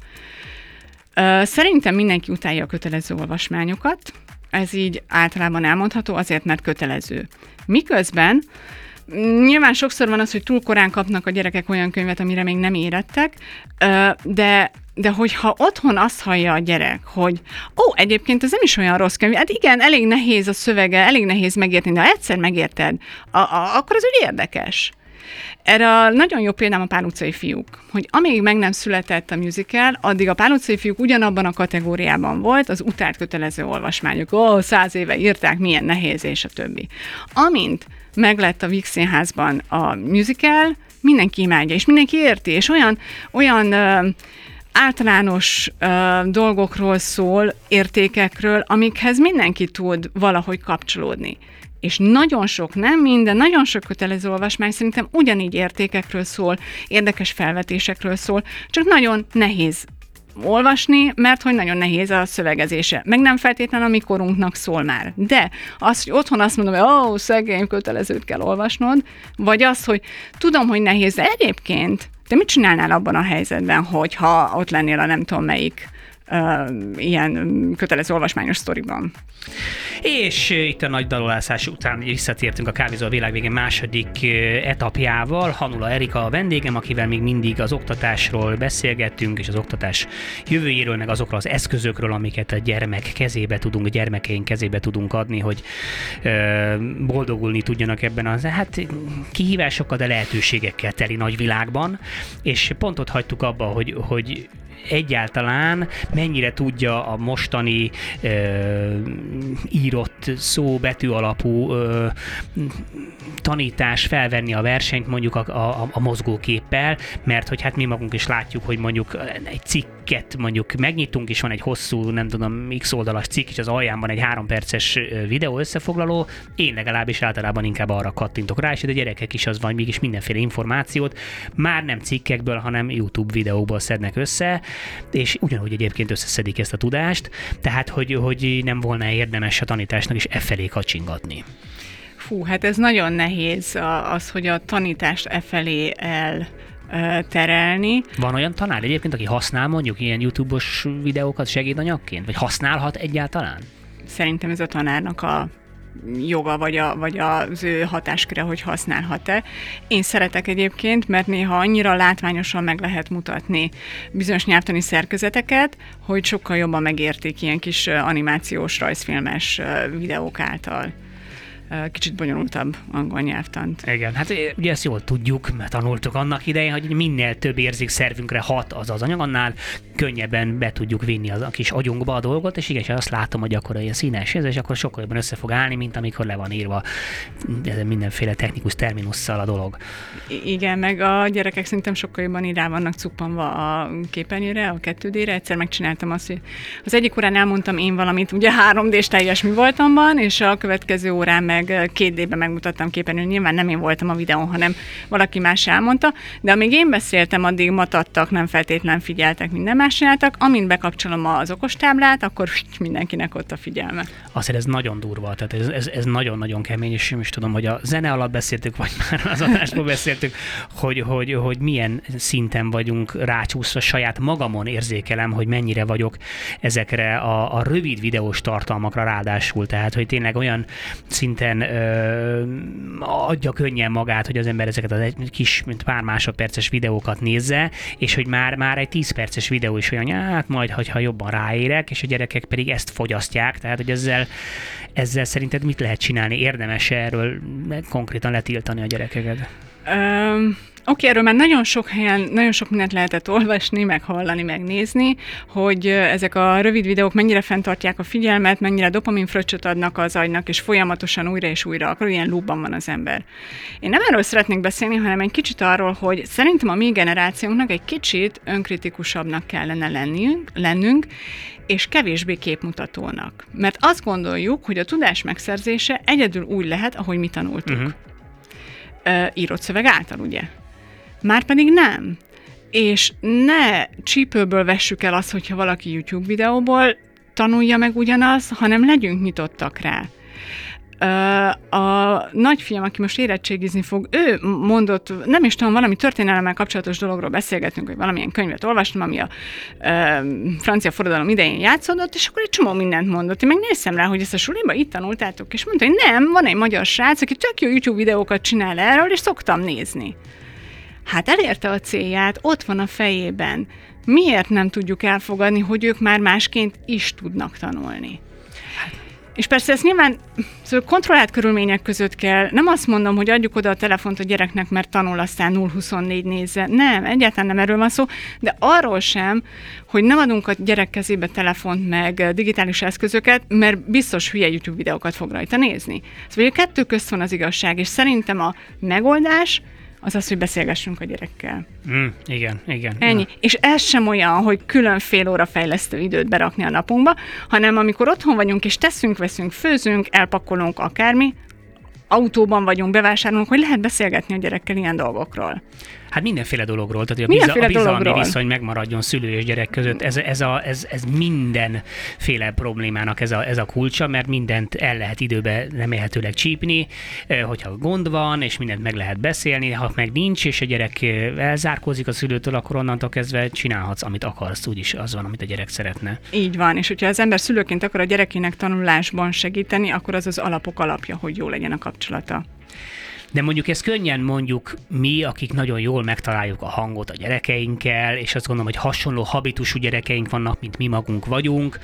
Szerintem mindenki utálja a kötelező olvasmányokat, ez így általában elmondható, azért, mert kötelező. Miközben nyilván sokszor van az, hogy túl korán kapnak a gyerekek olyan könyvet, amire még nem érettek, de, de hogyha otthon azt hallja a gyerek, hogy ó, egyébként ez nem is olyan rossz könyv, hát igen, elég nehéz a szövege, elég nehéz megérteni, de ha egyszer megérted, a, a, akkor az úgy érdekes. Erre nagyon jó példám a Pál utcai fiúk, hogy amíg meg nem született a musical, addig a Pál utcai fiúk ugyanabban a kategóriában volt, az utált kötelező olvasmányok. Ó, száz éve írták, milyen nehéz, és a többi. Amint meglett a Víg Színházban a musical, mindenki imádja, és mindenki érti, és olyan, olyan ö, általános ö, dolgokról szól, értékekről, amikhez mindenki tud valahogy kapcsolódni. És nagyon sok, nem minden, nagyon sok kötelező olvasmány szerintem ugyanígy értékekről szól, érdekes felvetésekről szól, csak nagyon nehéz olvasni, mert hogy nagyon nehéz a szövegezése. Meg nem feltétlenül a mi korunknak szól már. De az, hogy otthon azt mondom, hogy ó, szegény, kötelezőt kell olvasnod, vagy az, hogy tudom, hogy nehéz, de egyébként te mit csinálnál abban a helyzetben, hogyha ott lennél a nem tudom melyik Uh, ilyen kötelező olvasmányos sztoriban. És uh, itt a nagy dalolászás után visszatértünk a Kávézó a világ végén második uh, etapjával. Hanula Erika a vendégem, akivel még mindig az oktatásról beszélgettünk, és az oktatás jövőjéről, meg azokról az eszközökről, amiket a gyermek kezébe tudunk, a gyermekeink kezébe tudunk adni, hogy uh, boldogulni tudjanak ebben az hát kihívásokkal, de lehetőségekkel teli nagy világban. És pont ott hagytuk abba, hogy, hogy egyáltalán mennyire tudja a mostani ö, írott szó, betű alapú ö, tanítás felvenni a versenyt mondjuk a, a, a mozgóképpel, mert hogy hát mi magunk is látjuk, hogy mondjuk egy cikket mondjuk megnyitunk, és van egy hosszú, nem tudom, x oldalas cikk, és az alján van egy három perces videó összefoglaló, én legalábbis általában inkább arra kattintok rá, és a gyerekek is az van, mégis mindenféle információt már nem cikkekből, hanem YouTube videóból szednek össze, és ugyanúgy egyébként összeszedik ezt a tudást, tehát hogy, hogy nem volna érdemes a tanításnak is e felé kacsingatni. Fú, hát ez nagyon nehéz az, hogy a tanítást e felé el terelni. Van olyan tanár egyébként, aki használ mondjuk ilyen YouTube-os videókat segédanyagként? Vagy használhat egyáltalán? Szerintem ez a tanárnak a joga, vagy, a, vagy az ő hatásköre, hogy használhat-e. Én szeretek egyébként, mert néha annyira látványosan meg lehet mutatni bizonyos nyelvtani szerkezeteket, hogy sokkal jobban megértik ilyen kis animációs, rajzfilmes videók által. Kicsit bonyolultabb angol nyelvtant. Igen, hát ugye ezt jól tudjuk, mert tanultuk annak idején, hogy minél több érzékszervünkre hat az az anyag, annál könnyebben be tudjuk vinni az a kis agyunkba a dolgot, és igen, azt látom, hogy akkor ilyen színes ez, és akkor sokkal jobban össze fog állni, mint amikor le van írva ezen mindenféle technikus terminusszal a dolog. I- igen, meg a gyerekek szerintem sokkal jobban így rá vannak cuppanva a képernyőre, a kettő dére. Egyszer megcsináltam azt, hogy az egyik órán elmondtam én valamit, ugye három dés teljes mi voltamban, és a következő órán meg meg két dé-ben megmutattam képernyőn, nyilván nem én voltam a videón, hanem valaki más elmondta, de amíg én beszéltem, addig matadtak, nem feltétlenül figyeltek, minden más csináltak, amint bekapcsolom az okostáblát, akkor mindenkinek ott a figyelme. Azért ez nagyon durva, tehát ez, ez, ez nagyon-nagyon kemény, és nem is tudom, hogy a zene alatt beszéltük, vagy már az adásból beszéltük, hogy, hogy, hogy milyen szinten vagyunk rácsúszva, saját magamon érzékelem, hogy mennyire vagyok ezekre a, a rövid videós tartalmakra ráadásul, tehát hogy tényleg olyan szinten ö, adja könnyen magát, hogy az ember ezeket a kis, mint pár másodperces videókat nézze, és hogy már, már egy tíz perces videó is olyan, hát majd, hogyha jobban ráérek, és a gyerekek pedig ezt fogyasztják, tehát hogy ezzel, ezzel szerinted mit lehet csinálni? Érdemes erről konkrétan letiltani a gyerekeket? Um... Oké, okay, erről már nagyon sok helyen, nagyon sok mindent lehetett olvasni, meg hallani, megnézni, hogy ezek a rövid videók mennyire fenntartják a figyelmet, mennyire dopaminfröccsöt adnak az agynak, és folyamatosan újra és újra akar, ilyen loopban van az ember. Én nem erről szeretnék beszélni, hanem egy kicsit arról, hogy szerintem a mi generációnknak egy kicsit önkritikusabbnak kellene lennünk, lennünk, és kevésbé képmutatónak. Mert azt gondoljuk, hogy a tudás megszerzése egyedül úgy lehet, ahogy mi tanultuk. Uh-huh. Uh, írott szöveg által, ugye? Márpedig nem. És ne csípőből vessük el azt, hogyha valaki YouTube videóból tanulja meg ugyanaz, hanem legyünk nyitottak rá. A nagyfiam, aki most érettségizni fog, ő mondott, nem is tudom, valami történelemmel kapcsolatos dologról beszélgetünk, hogy valamilyen könyvet olvastam, ami a e, francia forradalom idején játszódott, és akkor egy csomó mindent mondott. Én meg néztem rá, hogy ezt a suliba itt tanultátok, és mondta, hogy nem, van egy magyar srác, aki tök jó YouTube videókat csinál erről, és szoktam nézni. Hát elérte a célját, ott van a fejében. Miért nem tudjuk elfogadni, hogy ők már másként is tudnak tanulni? És persze ezt nyilván szóval kontrollált körülmények között kell. Nem azt mondom, hogy adjuk oda a telefont a gyereknek, mert tanul, aztán nulla huszonnégy nézze. Nem, egyáltalán nem erről van szó, de arról sem, hogy nem adunk a gyerek kezébe telefont meg digitális eszközöket, mert biztos hülye YouTube videókat fog rajta nézni. Szóval a kettő közt van az igazság, és szerintem a megoldás az az, hogy beszélgessünk a gyerekkel. Mm, igen, igen. Ennyi. Na. És ez sem olyan, hogy külön fél óra fejlesztő időt berakni a napunkba, hanem amikor otthon vagyunk, és teszünk, veszünk, főzünk, elpakolunk akármi, autóban vagyunk, bevásárolunk, hogy lehet beszélgetni a gyerekkel ilyen dolgokról. Hát mindenféle dologról, tehát hogy a, biza, a bizalmi dologról. Viszony megmaradjon szülő és gyerek között, ez, ez, a, ez, ez mindenféle problémának ez a, ez a kulcsa, mert mindent el lehet időben remélhetőleg csípni, hogyha gond van, és mindent meg lehet beszélni, ha meg nincs, és a gyerek elzárkózik a szülőtől, akkor onnantól kezdve csinálhatsz, amit akarsz, úgyis az van, amit a gyerek szeretne. Így van, és hogyha az ember szülőként akar a gyerekének tanulásban segíteni, akkor az az alapok alapja, hogy jó legyen a kapcsolata. De mondjuk ez könnyen mondjuk mi, akik nagyon jól megtaláljuk a hangot a gyerekeinkkel, és azt gondolom, hogy hasonló habitusú gyerekeink vannak, mint mi magunk vagyunk,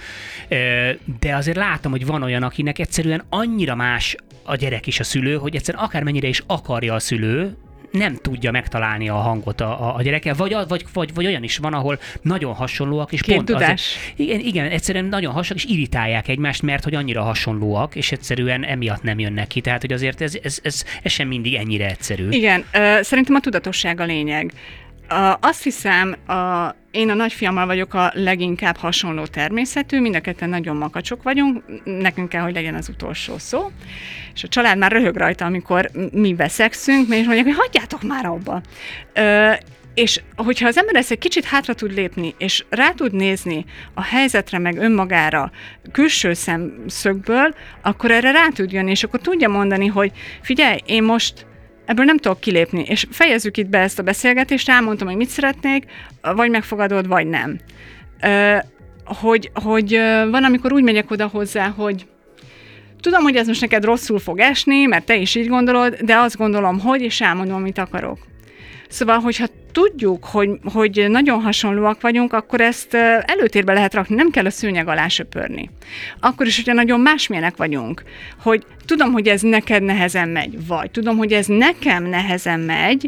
de azért látom, hogy van olyan, akinek egyszerűen annyira más a gyerek és a szülő, hogy egyszerűen akármennyire is akarja a szülő, nem tudja megtalálni a hangot a, a, a gyereke, vagy, vagy, vagy, vagy olyan is van, ahol nagyon hasonlóak, és Két pont tudás. azért, igen, igen, egyszerűen nagyon hasonlóak, és irritálják egymást, mert hogy annyira hasonlóak, és egyszerűen emiatt nem jönnek ki. Tehát, hogy azért ez, ez, ez, ez sem mindig ennyire egyszerű. Igen, uh, szerintem a tudatosság a lényeg. Uh, azt hiszem, uh, én a nagyfiammal vagyok a leginkább hasonló természetű, mind a ketten nagyon makacsok vagyunk, nekünk kell, hogy legyen az utolsó szó, és a család már röhög rajta, amikor mi veszekszünk, és mondják, hogy hagyjátok már abba. Uh, és hogyha az ember ezt egy kicsit hátra tud lépni, és rá tud nézni a helyzetre, meg önmagára külső szemszögből, akkor erre rá tud jönni, és akkor tudja mondani, hogy figyelj, én most ebből nem tudok kilépni, és fejezzük itt be ezt a beszélgetést, elmondtam, hogy mit szeretnék, vagy megfogadod, vagy nem. Ö, hogy, hogy van, amikor úgy megyek oda hozzá, hogy tudom, hogy ez most neked rosszul fog esni, mert te is így gondolod, de azt gondolom, hogy, és elmondom, amit akarok. Szóval, hogyha tudjuk, hogy, hogy nagyon hasonlóak vagyunk, akkor ezt előtérbe lehet rakni, nem kell a szőnyeg alá söpörni. Akkor is, hogyha nagyon másmilyenek vagyunk, hogy tudom, hogy ez neked nehezen megy, vagy tudom, hogy ez nekem nehezen megy,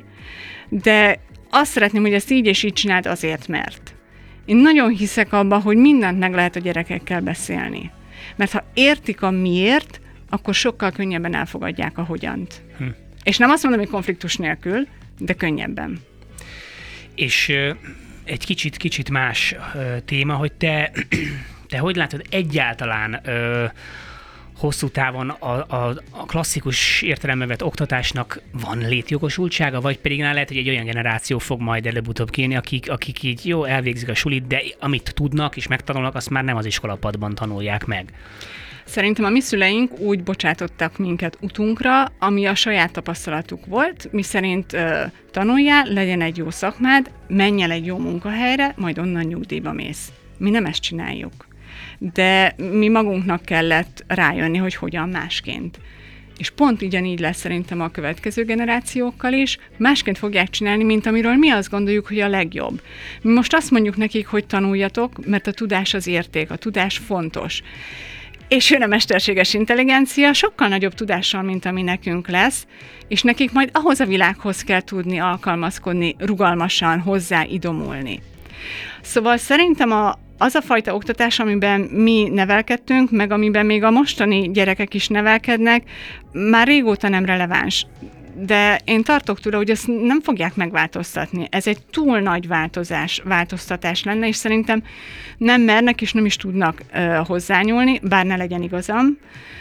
de azt szeretném, hogy ezt így és így csináld azért, mert. Én nagyon hiszek abba, hogy mindent meg lehet a gyerekekkel beszélni. Mert ha értik a miért, akkor sokkal könnyebben elfogadják a hogyant. Hm. És nem azt mondom, hogy konfliktus nélkül, de könnyebben. És uh, egy kicsit, kicsit más uh, téma, hogy te, te hogy látod egyáltalán, uh, hosszú távon a, a, a klasszikus értelemben vett oktatásnak van létjogosultsága, vagy pedig lehet, hogy egy olyan generáció fog majd előbb-utóbb kijönni, akik, akik így jó, elvégzik a sulit, de amit tudnak és megtanulnak, azt már nem az iskolapadban tanulják meg. Szerintem a mi szüleink úgy bocsátottak minket utunkra, ami a saját tapasztalatuk volt, mi szerint uh, tanuljál, legyen egy jó szakmád, menj el egy jó munkahelyre, majd onnan nyugdíjba mész. Mi nem ezt csináljuk. De mi magunknak kellett rájönni, hogy hogyan másként. És pont ugyanígy lesz szerintem a következő generációkkal is, másként fogják csinálni, mint amiről mi azt gondoljuk, hogy a legjobb. Mi most azt mondjuk nekik, hogy tanuljatok, mert a tudás az érték, a tudás fontos. És jön a mesterséges intelligencia sokkal nagyobb tudással, mint ami nekünk lesz, és nekik majd ahhoz a világhoz kell tudni alkalmazkodni, rugalmasan hozzá idomulni. Szóval szerintem a, az a fajta oktatás, amiben mi nevelkedtünk, meg amiben még a mostani gyerekek is nevelkednek, már régóta nem releváns. De én tartok tőle, hogy ezt nem fogják megváltoztatni. Ez egy túl nagy változás, változtatás lenne, és szerintem nem mernek és nem is tudnak uh, hozzányúlni, bár ne legyen igazam.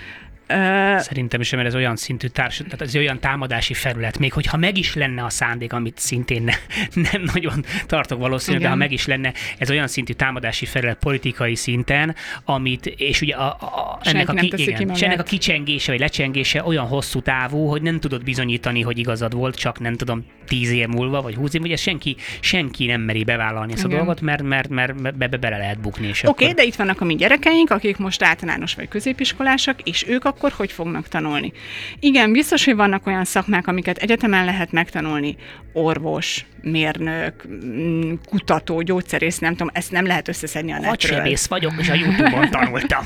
Uh, Szerintem is, mert ez olyan szintű társ, tehát ez olyan támadási felület, még hogyha meg is lenne a szándék, amit szintén ne, nem nagyon tartok valószínű, de ha meg is lenne, ez olyan szintű támadási felület politikai szinten, amit, és ugye a, a, ennek, a ki, igen, és ennek a kicsengése vagy lecsengése olyan hosszú távú, hogy nem tudod bizonyítani, hogy igazad volt, csak nem tudom, tíz év múlva, vagy húsz év, ugye senki, senki nem meri bevállalni ezt a igen. dolgot, mert, mert, mert be, be bele lehet bukni. Oké, okay, akkor... de itt vannak a mi gyerekeink, akik most általános vagy középiskolások, és ők akkor hogy fognak tanulni? Igen, biztos, hogy vannak olyan szakmák, amiket egyetemen lehet megtanulni. Orvos, mérnök, kutató, gyógyszerész, nem tudom, ezt nem lehet összeszedni a netről. Hadserész vagyok, és a YouTube-on tanultam.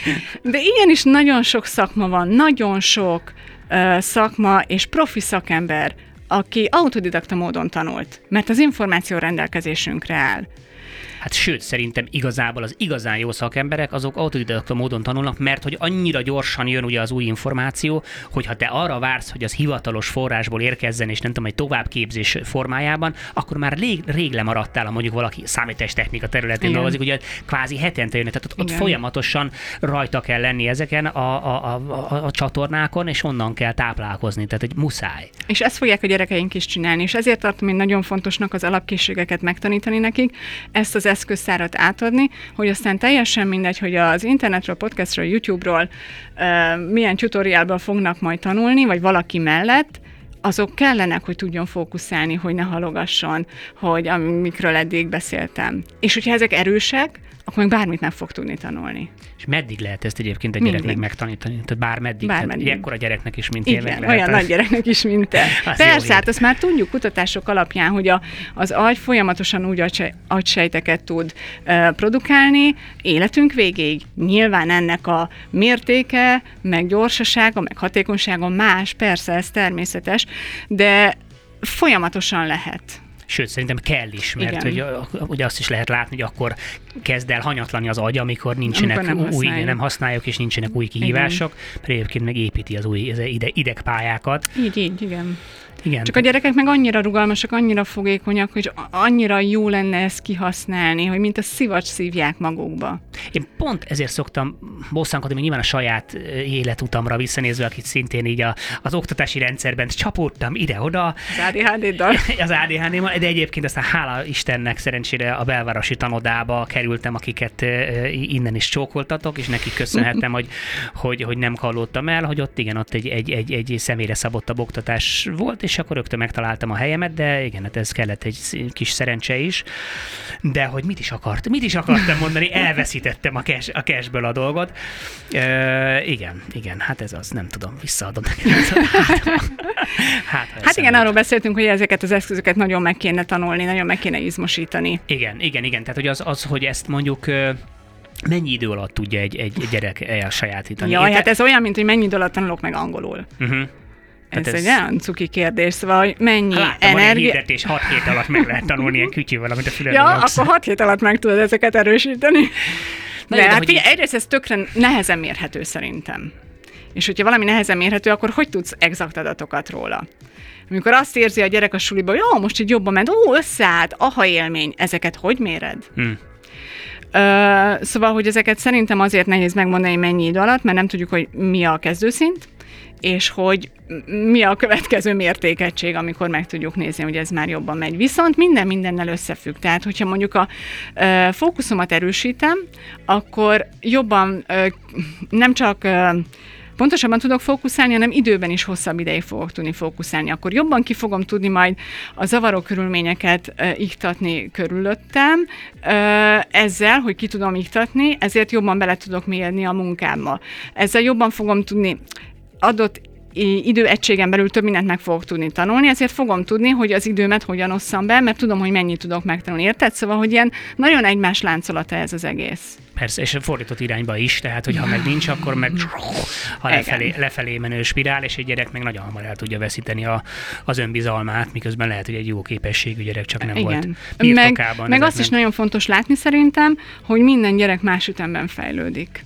De ilyen is nagyon sok szakma van, nagyon sok uh, szakma és profi szakember, aki autodidakta módon tanult, mert az információ rendelkezésünkre áll. Hát sőt, szerintem igazából az igazán jó szakemberek, azok autodidakta módon tanulnak, mert hogy annyira gyorsan jön ugye az új információ, hogy ha te arra vársz, hogy az hivatalos forrásból érkezzen, és nem tudom, egy továbbképzés formájában, akkor már rég, rég lemaradtál, ha mondjuk valaki számítástechnika területén dolgozik, ugye kvázi hetente jönni, tehát ott, ott folyamatosan rajta kell lenni ezeken a, a, a, a, a csatornákon, és onnan kell táplálkozni, tehát egy muszáj. És ezt fogják a gyerekeink is csinálni, és ezért tartom én nagyon fontosnak az alapkészségeket megtanítani nekik, ezt az eszköztárat átadni, hogy aztán teljesen mindegy, hogy az internetről, podcastról, YouTube-ról uh, milyen tutoriálból fognak majd tanulni, vagy valaki mellett, azok kellenek, hogy tudjon fókuszálni, hogy ne halogasson, hogy amikről eddig beszéltem. És hogyha ezek erősek, akkor meg bármit meg fog tudni tanulni. És meddig lehet ezt egyébként egy gyereknek megtanítani? Tehát bármeddig? Bármeddig. Tehát ekkora gyereknek is, mint én. Igen, olyan nagy gyereknek is, mint te. Persze, hát azt már tudjuk kutatások alapján, hogy a, az agy folyamatosan úgy agysej, agysejteket tud uh, produkálni életünk végéig. Nyilván ennek a mértéke, meg gyorsasága, meg hatékonysága más, persze, ez természetes, de folyamatosan lehet. Sőt, szerintem kell is, mert hogy, ugye azt is lehet látni, hogy akkor kezd el hanyatlani az agy, amikor nincsenek nem új, használjuk. nem használjuk, és nincsenek új kihívások, mert egyébként meg építi az új ide, idegpályákat. Így, így, igen. Igen. Csak a gyerekek meg annyira rugalmasak, annyira fogékonyak, hogy annyira jó lenne ezt kihasználni, hogy mint a szivacs szívják magukba. Én pont ezért szoktam bosszankodni, hogy nyilván a saját életutamra visszanézve, akit szintén így a, az oktatási rendszerben csapódtam ide-oda. Az á dé há dé-dal. Az á dé há dé-mal, de egyébként aztán hála Istennek szerencsére a belvárosi tanodába kerültem, akiket innen is csókoltatok, és nekik köszönhetem, hogy, hogy, hogy nem kallódtam el, hogy ott igen, ott egy, egy, egy, egy személyre szabottabb oktatás volt, és akkor rögtön megtaláltam a helyemet, de igen, hát ez kellett egy kis szerencse is. De hogy mit is akart? Mit is akartam mondani? Elveszítettem a, cash, a cashből a dolgot. E, igen, igen, hát ez az, nem tudom, visszaadom neked. Hát, hát igen, arról beszéltünk, hogy ezeket az eszközöket nagyon meg kéne tanulni, nagyon meg kéne izmosítani. Igen, igen, igen, tehát hogy az, az hogy ezt mondjuk mennyi idő alatt tudja egy, egy gyerek elsajátítani? Jaj, hát ez olyan, mint hogy mennyi idő alatt tanulok meg angolul. Uh-huh. Ez, ez egy olyan cuki kérdés, szóval, hogy mennyi hát, energia... hirdetés hat hét alatt meg lehet tanulni ilyen kütyűvel, amit a füledben Ja, akkor hat hét alatt meg tudod ezeket erősíteni. De, de, de hát figyelj, egyrészt ez tökre nehezen mérhető szerintem. És hogyha valami nehezen mérhető, akkor hogy tudsz exakt adatokat róla? Amikor azt érzi a gyerek a suliba, hogy jó, most így jobban ment, ó, összeállt, aha élmény, ezeket hogy méred? Hmm. Szóval, hogy ezeket szerintem azért nehéz megmondani mennyi idő alatt, mert nem tudjuk, hogy mi a kezdőszint, és hogy mi a következő mértékegység, amikor meg tudjuk nézni, hogy ez már jobban megy. Viszont minden mindennel összefügg. Tehát, hogyha mondjuk a ö, fókuszomat erősítem, akkor jobban ö, nem csak ö, pontosabban tudok fókuszálni, hanem időben is hosszabb ideig fogok tudni fókuszálni. Akkor jobban ki fogom tudni majd a zavaró körülményeket ö, iktatni körülöttem, ö, ezzel, hogy ki tudom iktatni, ezért jobban bele tudok mérni a munkámba. Ezzel jobban fogom tudni adott időegységen belül több mindent meg fogok tudni tanulni, ezért fogom tudni, hogy az időmet hogyan osszam be, mert tudom, hogy mennyit tudok megtanulni. Érted? Szóval, hogy ilyen nagyon egymás láncolata ez az egész. Persze, és fordított irányba is, tehát hogyha meg nincs, akkor meg ha lefelé, lefelé menő spirál, és egy gyerek meg nagyon hamar el tudja veszíteni a, az önbizalmát, miközben lehet, hogy egy jó képességű gyerek csak nem Igen. volt birtokában. Meg, meg azt is nagyon fontos látni szerintem, hogy minden gyerek más ütemben fejlődik.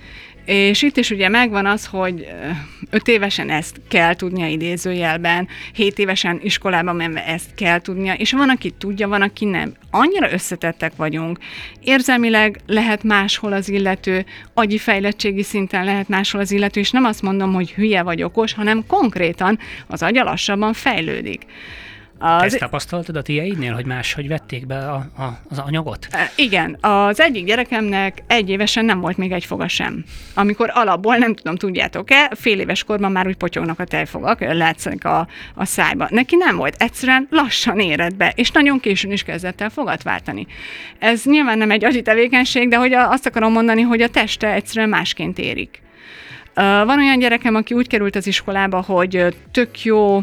És itt is ugye megvan az, hogy öt évesen ezt kell tudnia idézőjelben, hét évesen iskolában menve ezt kell tudnia, és van, aki tudja, van, aki nem. Annyira összetettek vagyunk. Érzelmileg lehet máshol az illető, agyi fejlettségi szinten lehet máshol az illető, és nem azt mondom, hogy hülye vagy okos, hanem konkrétan az agya lassabban fejlődik. Az... Ezt tapasztaltad a tieidnél, hogy máshogy vették be a, a, az anyagot? Igen. Az egyik gyerekemnek egy évesen nem volt még egy foga sem. Amikor alapból, nem tudom, tudjátok-e, fél éves korban már úgy potyognak a tejfogak, látszik a, a szájba. Neki nem volt. Egyszerűen lassan érett be, és nagyon későn is kezdett el fogat váltani. Ez nyilván nem egy agyi tevékenység, de hogy azt akarom mondani, hogy a teste egyszerűen másként érik. Van olyan gyerekem, aki úgy került az iskolába, hogy tök jó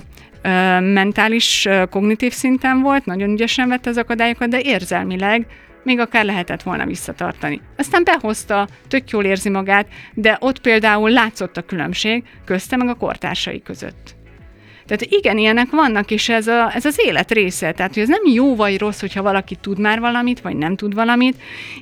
mentális, kognitív szinten volt, nagyon ügyesen vette az akadályokat, de érzelmileg még akár lehetett volna visszatartani. Aztán behozta, tök jól érzi magát, de ott például látszott a különbség közte meg a kortársai között. Tehát igen, ilyenek vannak, és ez, a, ez az élet része. Tehát, hogy ez nem jó vagy rossz, hogyha valaki tud már valamit, vagy nem tud valamit,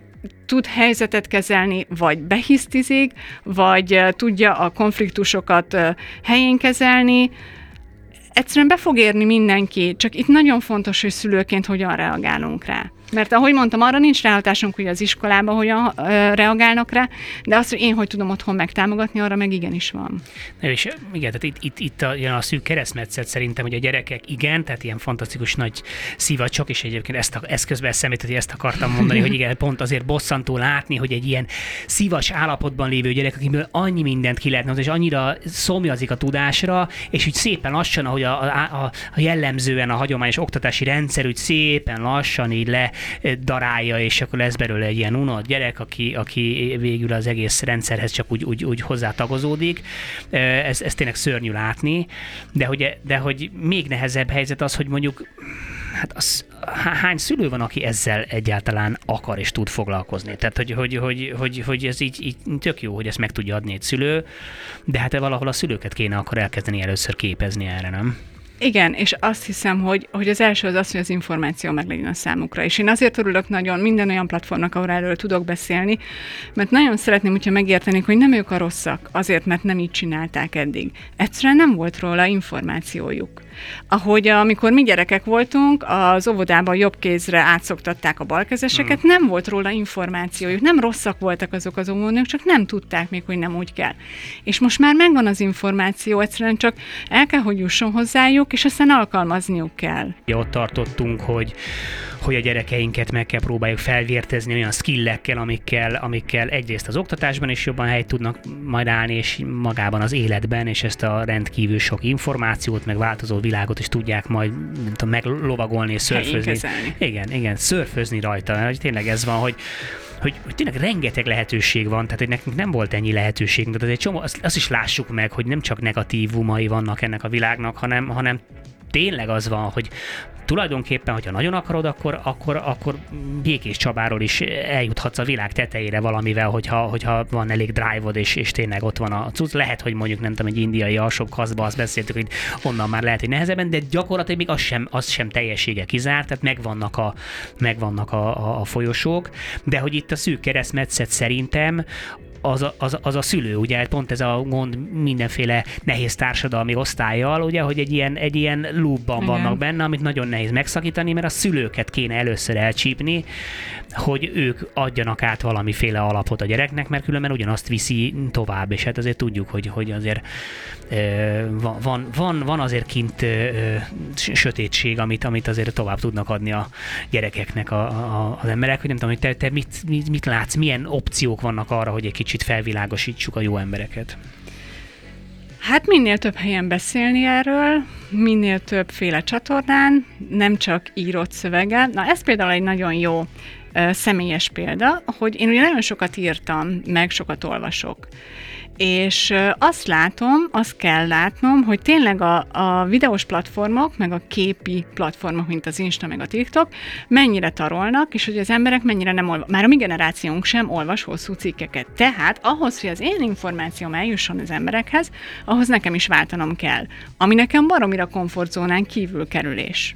tud helyzetet kezelni, vagy behisztizik, vagy tudja a konfliktusokat helyén kezelni. Egyszerűen be fog érni mindenki, csak itt nagyon fontos, hogy szülőként hogyan reagálunk rá. Mert ahogy mondtam, arra nincs ráhatásunk, hogy az iskolában hogyan ö, reagálnak rá, de azt, hogy én hogy tudom otthon megtámogatni, arra meg igenis van. Na és igen, tehát itt, itt, itt a, a szűk keresztmetszet szerintem, hogy a gyerekek igen, tehát ilyen fantasztikus nagy szivacsok, és egyébként ezt, a, ezt közben eszemét, hogy ezt akartam mondani, hogy igen, pont azért bosszantó látni, hogy egy ilyen szivacs állapotban lévő gyerek, akiből annyi mindent ki lehetne, és annyira szomjazik a tudásra, és úgy szépen lassan, ahogy a, a, a jellemzően a hagyományos oktatási rendszer úgy szépen lassan így le darálja, és akkor lesz belőle egy ilyen unott gyerek, aki, aki végül az egész rendszerhez csak úgy, úgy, úgy hozzátagozódik. Ez, ez tényleg szörnyű látni, de hogy, de hogy még nehezebb helyzet az, hogy mondjuk hát az, hány szülő van, aki ezzel egyáltalán akar és tud foglalkozni. Tehát, hogy, hogy, hogy, hogy, hogy ez így, így tök jó, hogy ezt meg tudja adni egy szülő, de hát valahol a szülőket kéne akkor elkezdeni először képezni erre, nem? Igen, és azt hiszem, hogy, hogy az első az az, hogy az információ meglegyen a számukra. És én azért örülök nagyon minden olyan platformnak, ahol erről tudok beszélni, mert nagyon szeretném, hogyha megértenék, hogy nem ők a rosszak, azért, mert nem így csinálták eddig. Egyszerűen nem volt róla információjuk. Ahogy amikor mi gyerekek voltunk, az óvodában jobb kézre átszoktatták a balkezeseket, nem volt róla információjuk. Nem rosszak voltak azok az óvónők, csak nem tudták még, hogy nem úgy kell. És most már megvan az információ, egyszerűen csak el kell, hogy jusson hozzájuk, és aztán alkalmazniuk kell. Ott tartottunk, hogy, hogy a gyerekeinket meg kell próbáljuk felvértezni olyan skillekkel, amikkel, amikkel egyrészt az oktatásban is jobban helyt tudnak majd állni, és magában az életben, és ezt a rendkívül sok információt, meg változó világot is tudják majd nem tudom, meglovagolni és szörfözni. Igen, igen, szörfözni rajta. Hogy tényleg ez van, hogy Hogy, hogy tényleg rengeteg lehetőség van, tehát hogy nekünk nem volt ennyi lehetőségünk, de egy csomó, azt, azt is lássuk meg, hogy nem csak negatívumai vannak ennek a világnak, hanem, hanem tényleg az van, hogy tulajdonképpen, hogyha nagyon akarod, akkor, akkor, akkor Békés Csabáról is eljuthatsz a világ tetejére valamivel, hogyha, hogyha van elég drive-od, és, és tényleg ott van a cucc. Lehet, hogy mondjuk nem tudom, egy indiai alsóbb kaszba, azt beszéltük, hogy onnan már lehet, hogy nehezebben, de gyakorlatilag még az sem, az sem teljessége kizárt, tehát megvannak a, megvannak a, a, a folyosók, de hogy itt a szűk keresztmetszet szerintem az a, az, az a szülő, ugye pont ez a gond mindenféle nehéz társadalmi osztályjal, ugye, hogy egy ilyen, egy ilyen loopban vannak benne, amit nagyon nehéz megszakítani, mert a szülőket kéne először elcsípni, hogy ők adjanak át valamiféle alapot a gyereknek, mert különben ugyanazt viszi tovább, és hát azért tudjuk, hogy, hogy azért van, van, van azért kint sötétség, amit, amit azért tovább tudnak adni a gyerekeknek a, a, az emberek, hogy nem tudom, hogy te, te mit, mit, mit látsz, milyen opciók vannak arra, hogy egy kicsit felvilágosítsuk a jó embereket? Hát minél több helyen beszélni erről, minél többféle csatornán, nem csak írott szöveggel. Na ez például egy nagyon jó uh, személyes példa, hogy én ugye nagyon sokat írtam, meg sokat olvasok. És azt látom, azt kell látnom, hogy tényleg a, a videós platformok, meg a képi platformok, mint az Insta, meg a TikTok, mennyire tarolnak, és hogy az emberek mennyire nem olvasnak. Már a mi generációnk sem olvas hosszú cikkeket. Tehát ahhoz, hogy az én információm eljusson az emberekhez, ahhoz nekem is váltanom kell. Ami nekem baromira komfortzónán kívül kerülés.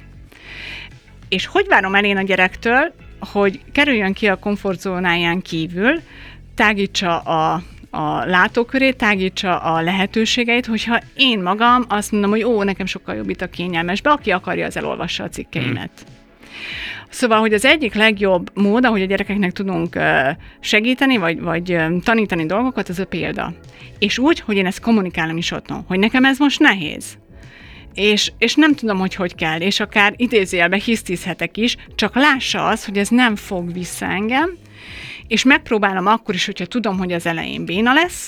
És hogy várom el én a gyerektől, hogy kerüljön ki a komfortzónáján kívül, tágítsa a a látókörét, tágítsa a lehetőségeit, hogyha én magam azt mondom, hogy ó, nekem sokkal jobb itt a kényelmesbe, aki akarja, az elolvassa a cikkeimet. Hmm. Szóval, hogy az egyik legjobb mód, ahogy a gyerekeknek tudunk segíteni, vagy, vagy tanítani dolgokat, az a példa. És úgy, hogy én ezt kommunikálom is otthon, hogy nekem ez most nehéz. És, és nem tudom, hogy hogy kell, és akár idézőjelben hisztizhetek is, csak lássa az, hogy ez nem fog vissza engem, és megpróbálom akkor is, hogyha tudom, hogy az elején béna lesz,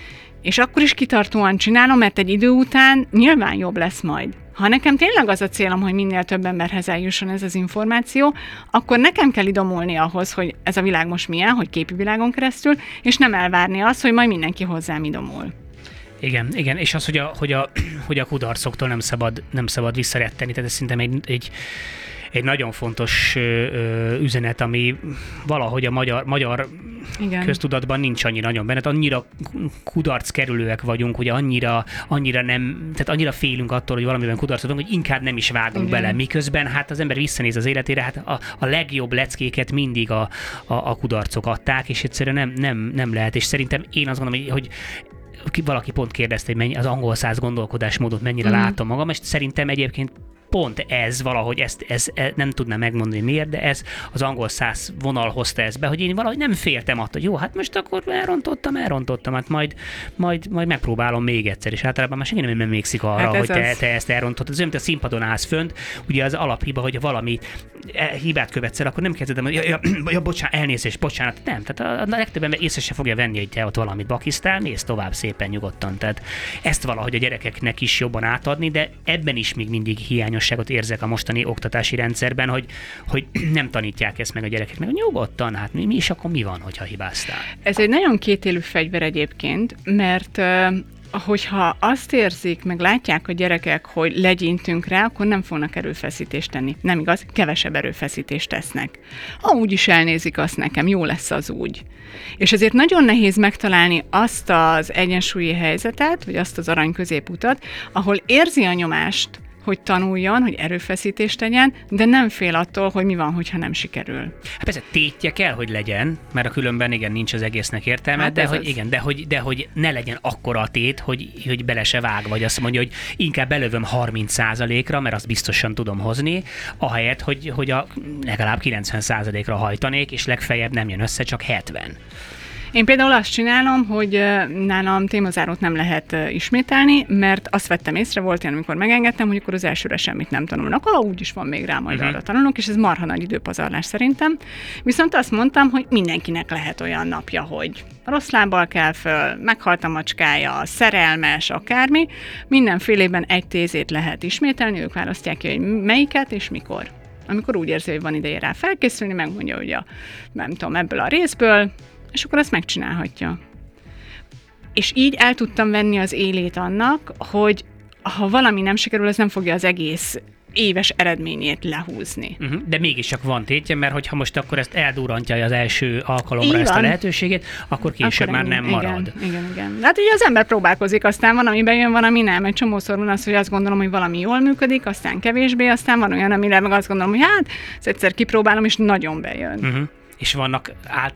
és akkor is kitartóan csinálom, mert egy idő után nyilván jobb lesz majd. Ha nekem tényleg az a célom, hogy minél több emberhez eljusson ez az információ, akkor nekem kell idomulni ahhoz, hogy ez a világ most milyen, hogy képi világon keresztül, és nem elvárni azt, hogy majd mindenki hozzám idomul. Igen, igen, és az, hogy a, hogy a, hogy a kudarcoktól nem szabad, nem szabad visszaretteni, tehát ez szerintem egy, egy egy nagyon fontos ö, üzenet, ami valahogy a magyar, magyar köztudatban nincs annyira nagyon benne, annyira kudarckerülőek vagyunk, ugye annyira, annyira nem, tehát annyira félünk attól, hogy valamiben kudarcot, hogy inkább nem is vágunk Igen. bele, miközben hát az ember visszanéz az életére, hát a, a legjobb leckéket mindig a, a, a kudarcok adták, és egyszerűen nem, nem, nem lehet, és szerintem én azt gondolom, hogy, hogy valaki pont kérdezte, hogy mennyi, az angol száz gondolkodásmódot mennyire mm. látom magam, és szerintem egyébként pont ez valahogy, ezt, ez, ez, nem tudnám megmondani miért, de ez az angol száz vonal hozta ezt be, hogy én valahogy nem féltem attól, hogy jó, hát most akkor elrontottam, elrontottam, hát majd, majd, majd megpróbálom még egyszer, és általában már senki nem emlékszik arra, hát hogy te, te ezt elrontottad. Az olyan, mint a színpadon állsz fönt, ugye az alaphiba, hogy valami hibát követsz el, akkor nem kezdem, hogy ja, ja, ja, bocsánat, elnézést, bocsánat, nem. Tehát a, a legtöbb ember észre se fogja venni, hogy te ott valamit bakisztál, nézd tovább szépen nyugodtan. Tehát ezt valahogy a gyerekeknek is jobban átadni, de ebben is még mindig hiányosságot érzek a mostani oktatási rendszerben, hogy, hogy nem tanítják ezt meg a gyerekeknek. Nyugodtan, hát mi, mi is akkor mi van, hogyha hibáztál? Ez egy nagyon kétélű fegyver egyébként, mert hogyha azt érzik, meg látják a gyerekek, hogy legyintünk rá, akkor nem fognak erőfeszítést tenni. Nem igaz? Kevesebb erőfeszítést tesznek. Ha úgy is elnézik, azt nekem jó lesz az úgy. És ezért nagyon nehéz megtalálni azt az egyensúlyi helyzetet, vagy azt az arany középutat, ahol érzi a nyomást, hogy tanuljon, hogy erőfeszítést tegyen, de nem fél attól, hogy mi van, hogyha nem sikerül. Hát persze tétje kell, hogy legyen, mert a különben igen, nincs az egésznek értelme, hát de, hogy, az... igen, de, hogy, de hogy ne legyen akkora a tét, hogy, hogy bele se vág, vagy azt mondja, hogy inkább belövöm harminc százalékra, mert azt biztosan tudom hozni, ahelyett, hogy, hogy a legalább kilencven százalékra hajtanék, és legfeljebb nem jön össze, csak hetven. Én például azt csinálom, hogy nálam témazárót nem lehet ismételni, mert azt vettem észre, volt ilyen, amikor megengedtem, hogy akkor az elsőre semmit nem tanulnak. Ah, úgyis van még rá, majd uh-huh. arra tanulnak, és ez marha nagy időpazarlás szerintem. Viszont azt mondtam, hogy mindenkinek lehet olyan napja, hogy rossz lábbal kell föl, meghalt a macskája, szerelmes, akármi. Mindenfélében egy tézét lehet ismételni, ők választják ki, hogy melyiket és mikor. Amikor úgy érzi, hogy van ideje rá felkészülni, megmondja, hogy a, nem tudom, ebből a részből, és akkor azt megcsinálhatja. És így el tudtam venni az élét annak, hogy ha valami nem sikerül, az nem fogja az egész éves eredményét lehúzni. Uh-huh. De mégis csak van tétje, mert hogyha most akkor ezt eldurrantja az első alkalomra ezt a lehetőségét, akkor később akkor már nem igen, marad. Igen, igen, igen. Hát ugye az ember próbálkozik, aztán van, ami bejön, van, ami nem. Egy csomószor van az, hogy azt gondolom, hogy valami jól működik, aztán kevésbé, aztán van olyan, amire meg azt gondolom, hogy hát, ezt egyszer kipróbálom, és nagyon bejön. Uh-huh. és vannak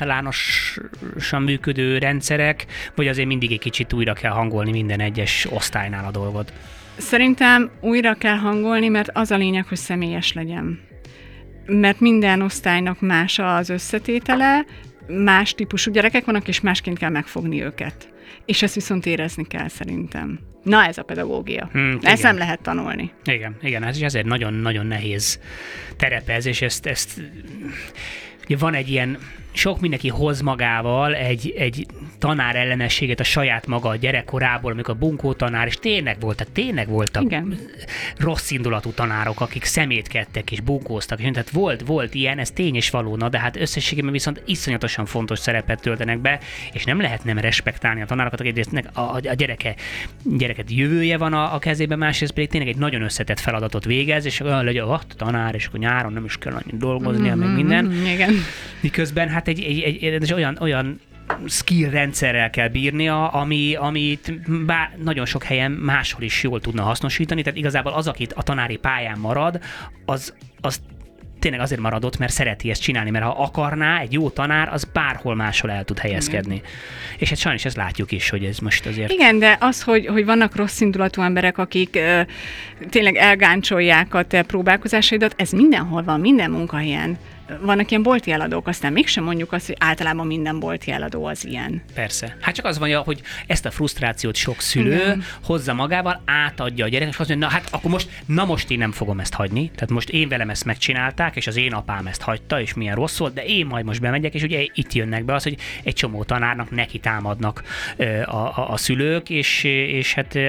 általánosan működő rendszerek, vagy azért mindig egy kicsit újra kell hangolni minden egyes osztálynál a dolgot? Szerintem újra kell hangolni, mert az a lényeg, hogy személyes legyen. Mert minden osztálynak más az összetétele, más típusú gyerekek vannak, és másként kell megfogni őket. És ezt viszont érezni kell szerintem. Na, ez a pedagógia. Hmm, ezt nem lehet tanulni. Igen, igen, ez is ezért nagyon-nagyon nehéz terep ez, és ezt, ezt ugye van egy ilyen, sok mindenki hoz magával egy, egy tanár ellenességet a saját maga a gyerekkorából, amikor a bunkó tanár, és tényleg voltak, tényleg voltak igen. rossz indulatú tanárok, akik szemétkedtek és bunkóztak, és tehát volt, volt ilyen, ez tény és valóna, de hát összességében viszont iszonyatosan fontos szerepet töltenek be, és nem lehet nem respektálni a tanárokat, akiknek a, a, a gyereke, gyereket jövője van a, a kezében, másrészt pedig tényleg egy nagyon összetett feladatot végez, és olyan legyen a tanár, és akkor nyáron nem is kell annyit dolgozni, mm-hmm, meg minden. Igen. Miközben hát egy, egy, egy, egy olyan, olyan skill rendszerrel kell bírnia, ami, amit bár nagyon sok helyen máshol is jól tudna hasznosítani, tehát igazából az, akit a tanári pályán marad, az, az tényleg azért maradott, mert szereti ezt csinálni, mert ha akarná, egy jó tanár, az bárhol máshol el tud helyezkedni. Igen. És hát sajnos ezt látjuk is, hogy ez most azért... Igen, de az, hogy, hogy vannak rossz indulatú emberek, akik ö, tényleg elgáncsolják a te próbálkozásaidat, ez mindenhol van, minden munkahelyen. Vannak ilyen bolti eladók, aztán mégsem mondjuk azt, hogy általában minden bolti eladó az ilyen. Persze. Hát csak az van, hogy ezt a frusztrációt sok szülő igen. hozza magával, átadja a gyereknek, és azt mondja, na hát akkor most, na most én nem fogom ezt hagyni, tehát most én velem ezt megcsinálták, és az én apám ezt hagyta, és milyen rossz volt, de én majd most bemegyek, és ugye itt jönnek be az, hogy egy csomó tanárnak neki támadnak a, a, a szülők, és, és hát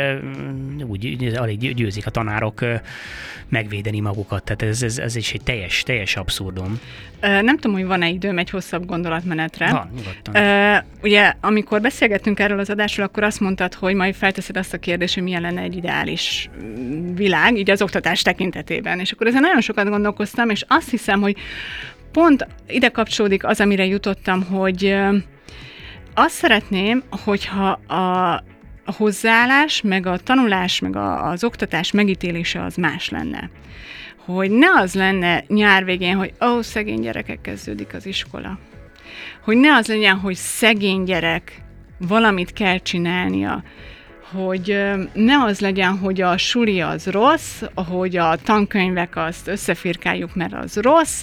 úgy alig győzik a tanárok megvédeni magukat, tehát ez, ez, ez is egy teljes, teljes abszurdum. Nem tudom, hogy van-e időm egy hosszabb gondolatmenetre. Van, nyugodtan. Uh, ugye, amikor beszélgettünk erről az adásról, akkor azt mondtad, hogy majd felteszed azt a kérdést, hogy milyen lenne egy ideális világ, így az oktatás tekintetében. És akkor ezen nagyon sokat gondolkoztam, és azt hiszem, hogy pont ide kapcsolódik az, amire jutottam, hogy uh, azt szeretném, hogyha a, a hozzáállás, meg a tanulás, meg a, az oktatás megítélése az más lenne. Hogy ne az lenne nyár végén, hogy ó, oh, szegény gyerekek, kezdődik az iskola. Hogy ne az legyen, hogy szegény gyerek, valamit kell csinálnia. Hogy ne az legyen, hogy a suli az rossz, hogy a tankönyvek azt összefirkáljuk, mert az rossz.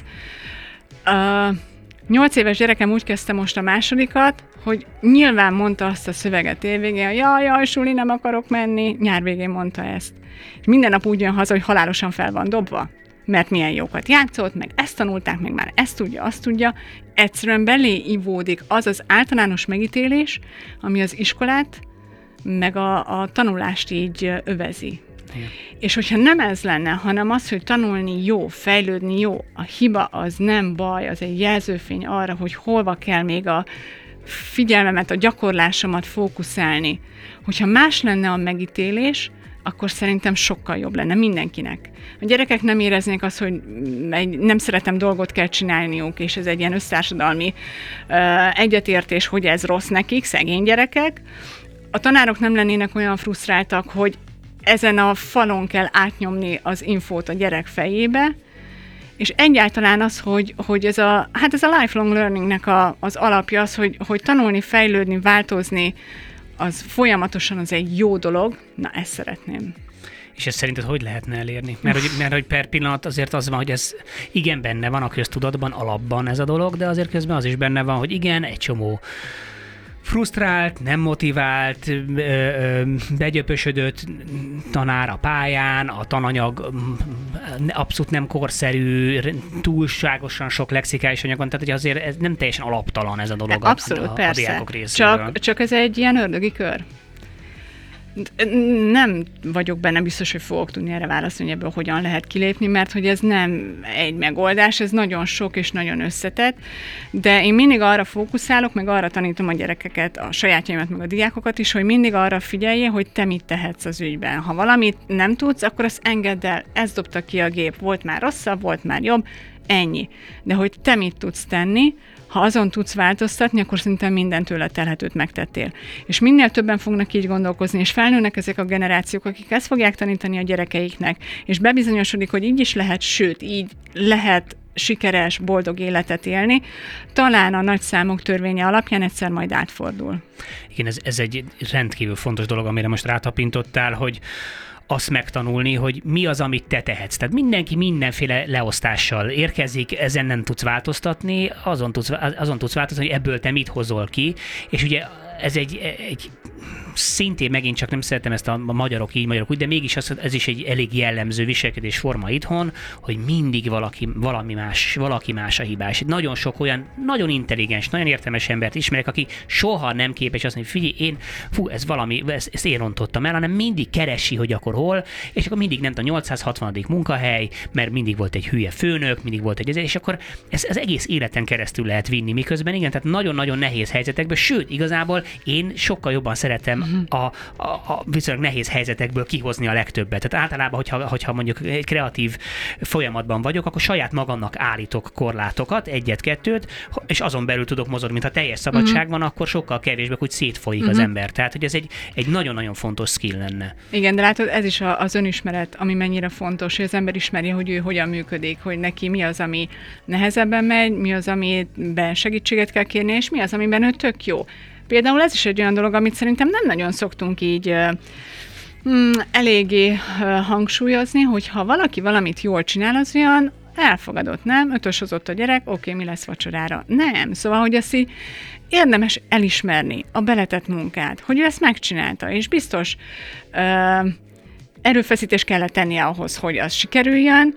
Uh, Nyolc éves gyerekem úgy kezdte most a másodikat, hogy nyilván mondta azt a szöveget évvégén, hogy jaj, jaj, suli, nem akarok menni. Nyár végén mondta ezt. És minden nap úgy jön haza, hogy halálosan fel van dobva, mert milyen jókat játszott, meg ezt tanulták, meg már ezt tudja, azt tudja. Egyszerűen belé ivódik az az általános megítélés, ami az iskolát, meg a, a tanulást így övezi. Igen. És hogyha nem ez lenne, hanem az, hogy tanulni jó, fejlődni jó, a hiba az nem baj, az egy jelzőfény arra, hogy holva kell még a figyelmemet, a gyakorlásomat fókuszálni. Hogyha más lenne a megítélés, akkor szerintem sokkal jobb lenne mindenkinek. A gyerekek nem éreznék azt, hogy egy nem szeretem dolgot kell csinálniuk, és ez egy ilyen össztársadalmi uh, egyetértés, hogy ez rossz nekik, szegény gyerekek. A tanárok nem lennének olyan frusztráltak, hogy ezen a falon kell átnyomni az infót a gyerek fejébe, és egyáltalán az, hogy, hogy ez a, hát ez a lifelong learningnek a, az alapja az, hogy, hogy tanulni, fejlődni, változni, az folyamatosan az egy jó dolog. Na, ezt szeretném. És ezt szerinted hogy lehetne elérni? Mert hogy, mert hogy per pillanat azért az van, hogy ez igen benne van a köztudatban, alapban ez a dolog, de azért közben az is benne van, hogy igen, egy csomó frusztrált, nem motivált, begyöpösödött tanár a pályán, a tananyag abszolút nem korszerű, túlságosan sok lexikális anyag van, tehát hogy azért ez nem teljesen alaptalan ez a dolog abszolút, a, persze. a diákok részéről. Csak, csak ez egy ilyen ördögi kör. Nem vagyok benne biztos, hogy fogok tudni erre válaszolni, ebből hogyan lehet kilépni, mert hogy ez nem egy megoldás, ez nagyon sok és nagyon összetett, de én mindig arra fókuszálok, meg arra tanítom a gyerekeket, a sajátjaimat, meg a diákokat is, hogy mindig arra figyeljél, hogy te mit tehetsz az ügyben. Ha valamit nem tudsz, akkor azt engedd el, ezt dobta ki a gép, volt már rosszabb, volt már jobb, ennyi. De hogy te mit tudsz tenni, ha azon tudsz változtatni, akkor szerintem minden tőle telhetőt megtettél. És minél többen fognak így gondolkozni, és felnőnek ezek a generációk, akik ezt fogják tanítani a gyerekeiknek, és bebizonyosodik, hogy így is lehet, sőt, így lehet sikeres, boldog életet élni, talán a nagyszámok törvénye alapján egyszer majd átfordul. Igen, ez, ez egy rendkívül fontos dolog, amire most rátapintottál, hogy azt megtanulni, hogy mi az, amit te tehetsz. Tehát mindenki mindenféle leosztással érkezik, ezen nem tudsz változtatni, azon tudsz, azon tudsz változtatni, hogy ebből te mit hozol ki, és ugye ez egy, egy szintén megint csak nem szeretem ezt a magyarok így, magyarok úgy, de mégis az, ez is egy elég jellemző viselkedés forma itthon, hogy mindig valaki, valami más, valaki más a hibás. Nagyon sok olyan, nagyon intelligens, nagyon értelmes embert ismerek, aki soha nem képes azt mondani, hogy figyelj, én, fú, ez valami, ezt, ezt én rontottam el, hanem mindig keresi, hogy akkor hol, és akkor mindig nem a nyolcszázhatvanadik munkahely, mert mindig volt egy hülye főnök, mindig volt egy, és akkor ez az egész életen keresztül lehet vinni, miközben igen, tehát nagyon-nagyon nehéz helyzetekben, sőt, igazából én sokkal jobban szeretem a, a, a viszonylag nehéz helyzetekből kihozni a legtöbbet. Tehát általában, hogyha, hogyha mondjuk egy kreatív folyamatban vagyok, akkor saját magamnak állítok korlátokat, egyet-kettőt, és azon belül tudok mozogni, mintha teljes szabadság uh-huh. van, akkor sokkal kevésbé, hogy szétfolyik uh-huh. az ember. Tehát, hogy ez egy, egy nagyon-nagyon fontos skill lenne. Igen, de látod, ez is az önismeret, ami mennyire fontos, hogy az ember ismeri, hogy ő hogyan működik, hogy neki mi az, ami nehezebben megy, mi az, amiben segítséget kell kérni, és mi az, amiben ő tök jó. Például ez is egy olyan dolog, amit szerintem nem nagyon szoktunk így hmm, eléggé hangsúlyozni, hogy ha valaki valamit jól csinál, az olyan elfogadott, nem? Ötös hozott a gyerek, oké, okay, mi lesz vacsorára? Nem. Szóval, hogy azt így érdemes elismerni a beletett munkát, hogy ő ezt megcsinálta, és biztos uh, erőfeszítés kellett tennie ahhoz, hogy az sikerüljön,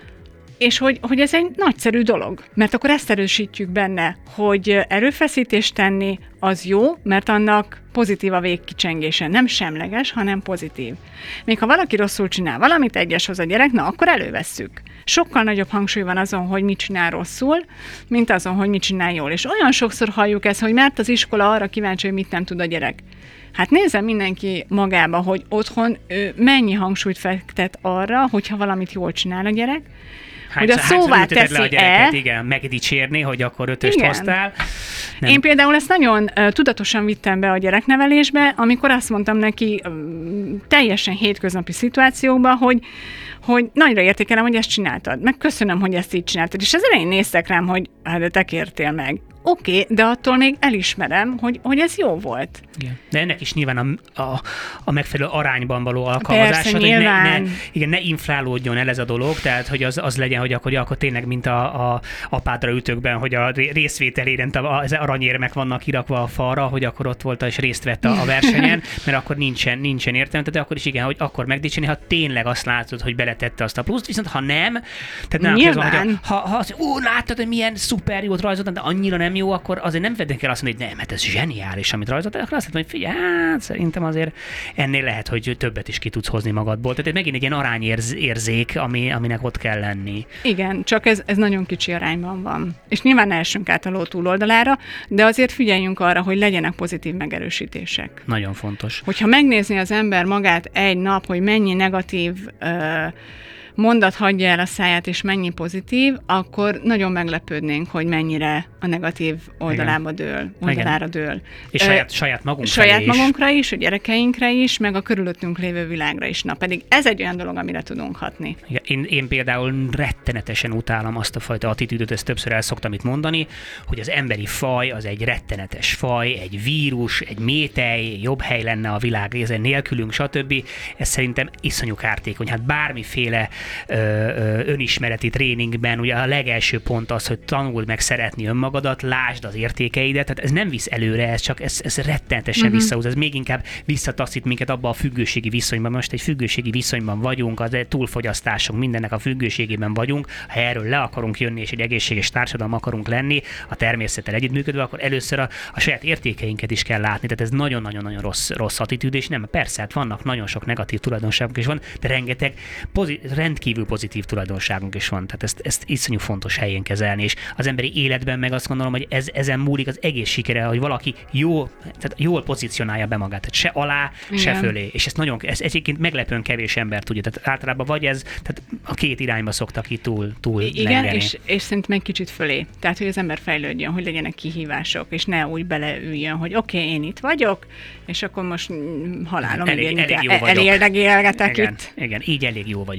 és hogy, hogy ez egy nagyszerű dolog, mert akkor ezt erősítjük benne, hogy erőfeszítést tenni az jó, mert annak pozitív a végkicsengése, nem semleges, hanem pozitív. Még ha valaki rosszul csinál valamit, egyes hoz a gyerek, na akkor elővesszük. Sokkal nagyobb hangsúly van azon, hogy mit csinál rosszul, mint azon, hogy mit csinál jól. És olyan sokszor halljuk ezt, hogy mert az iskola arra kíváncsi, hogy mit nem tud a gyerek. Hát nézze mindenki magába, hogy otthon ő mennyi hangsúlyt fektet arra, hogyha valamit jól csinál a gyerek, hogy a szóvá teszi-e. Igen, megdicsérni, hogy akkor ötöst igen. hoztál. Nem. Én például ezt nagyon uh, tudatosan vittem be a gyereknevelésbe, amikor azt mondtam neki um, teljesen hétköznapi szituációkban, hogy, hogy nagyra értékelem, hogy ezt csináltad, meg köszönöm, hogy ezt így csináltad. És az elején néztek rám, hogy hát de te kértél meg. Oké, okay, de attól még elismerem, hogy, hogy ez jó volt. Igen. De ennek is nyilván a, a, a megfelelő arányban való alkalmazása, persze, hogy nyilván. ne, ne, igen, ne inflálódjon el ez a dolog, tehát hogy az, az legyen, hogy akkor, ja, akkor tényleg, mint a, a apádra ütőkben, hogy a részvételére az aranyérmek vannak kirakva a falra, hogy akkor ott volt és részt vett a, a versenyen, mert akkor nincsen, nincsen értelme, tehát akkor is igen, hogy akkor megdicsérni, ha tényleg azt látod, hogy beletette azt a pluszt, viszont ha nem, tehát nem nyilván. Azon, hogy ha, ha azt, ú, láttad, hogy milyen szuper jót rajzoltam, de annyira nem jó, akkor azért nem vednek el azt mondani, hogy nem, hát ez zseniális, amit rajzoltál, akkor azt mondom, hogy figyelj, hát szerintem azért ennél lehet, hogy többet is ki tudsz hozni magadból. Tehát megint egy ilyen arányérzék, ami, aminek ott kell lenni. Igen, csak ez, ez nagyon kicsi arányban van. És nyilván ne essünk át a ló túloldalára, de azért figyeljünk arra, hogy legyenek pozitív megerősítések. Nagyon fontos. Hogyha megnézni az ember magát egy nap, hogy mennyi negatív uh, mondat hagyja el a száját, és mennyi pozitív, akkor nagyon meglepődnénk, hogy mennyire a negatív oldalába dől, oldalára dől. És saját, saját magunkra Saját is. magunkra is, a gyerekeinkre is, meg a körülöttünk lévő világra is. Na, pedig ez egy olyan dolog, amire tudunk hatni. Igen, én, én például rettenetesen utálom azt a fajta attitűdöt, ezt többször el szoktam itt mondani, hogy az emberi faj az egy rettenetes faj, egy vírus, egy métej, jobb hely lenne a világ ezen nélkülünk, stb. Ez szerintem iszonyú kártékony. Hát bármiféle ö, ö, önismereti tréningben ugye a legelső pont az, hogy tanuld meg szeretni önmagadat, lásd az értékeidet, tehát ez nem visz előre, ez csak ez, ez rettenetesen uh-huh. visszahúz, ez még inkább visszataszít minket abba a függőségi viszonyban. Most egy függőségi viszonyban vagyunk, az egy túlfogyasztásunk, mindennek a függőségében vagyunk. Ha erről le akarunk jönni, és egy egészséges társadalom akarunk lenni, a természettel együttműködve, akkor először a, a saját értékeinket is kell látni. Tehát ez nagyon-nagyon-nagyon rossz, rossz attitűd, és nem, persze, hát vannak nagyon sok negatív tulajdonságunk is van, de rengeteg pozit, rendkívül pozitív tulajdonságunk is van. Tehát ezt, ezt iszonyú fontos helyén kezelni, és az emberi életben meg azt gondolom, hogy ez, ezen múlik az egész sikere, hogy valaki jó, tehát jól pozícionálja be magát, tehát se alá, igen. se fölé. És ezt nagyon, ez egyébként meglepően kevés ember tudja. Tehát általában vagy ez, tehát a két irányba szoktak itt túl, túl igen, lengeni. és, és szerintem egy kicsit fölé. Tehát, hogy az ember fejlődjön, hogy legyenek kihívások, és ne úgy beleüljön, hogy oké, okay, én itt vagyok, és akkor most halálom, elég, igen, elég jó vagyok. elégedegélgetek igen, itt. Igen, így elég jó vagyok. Pont itt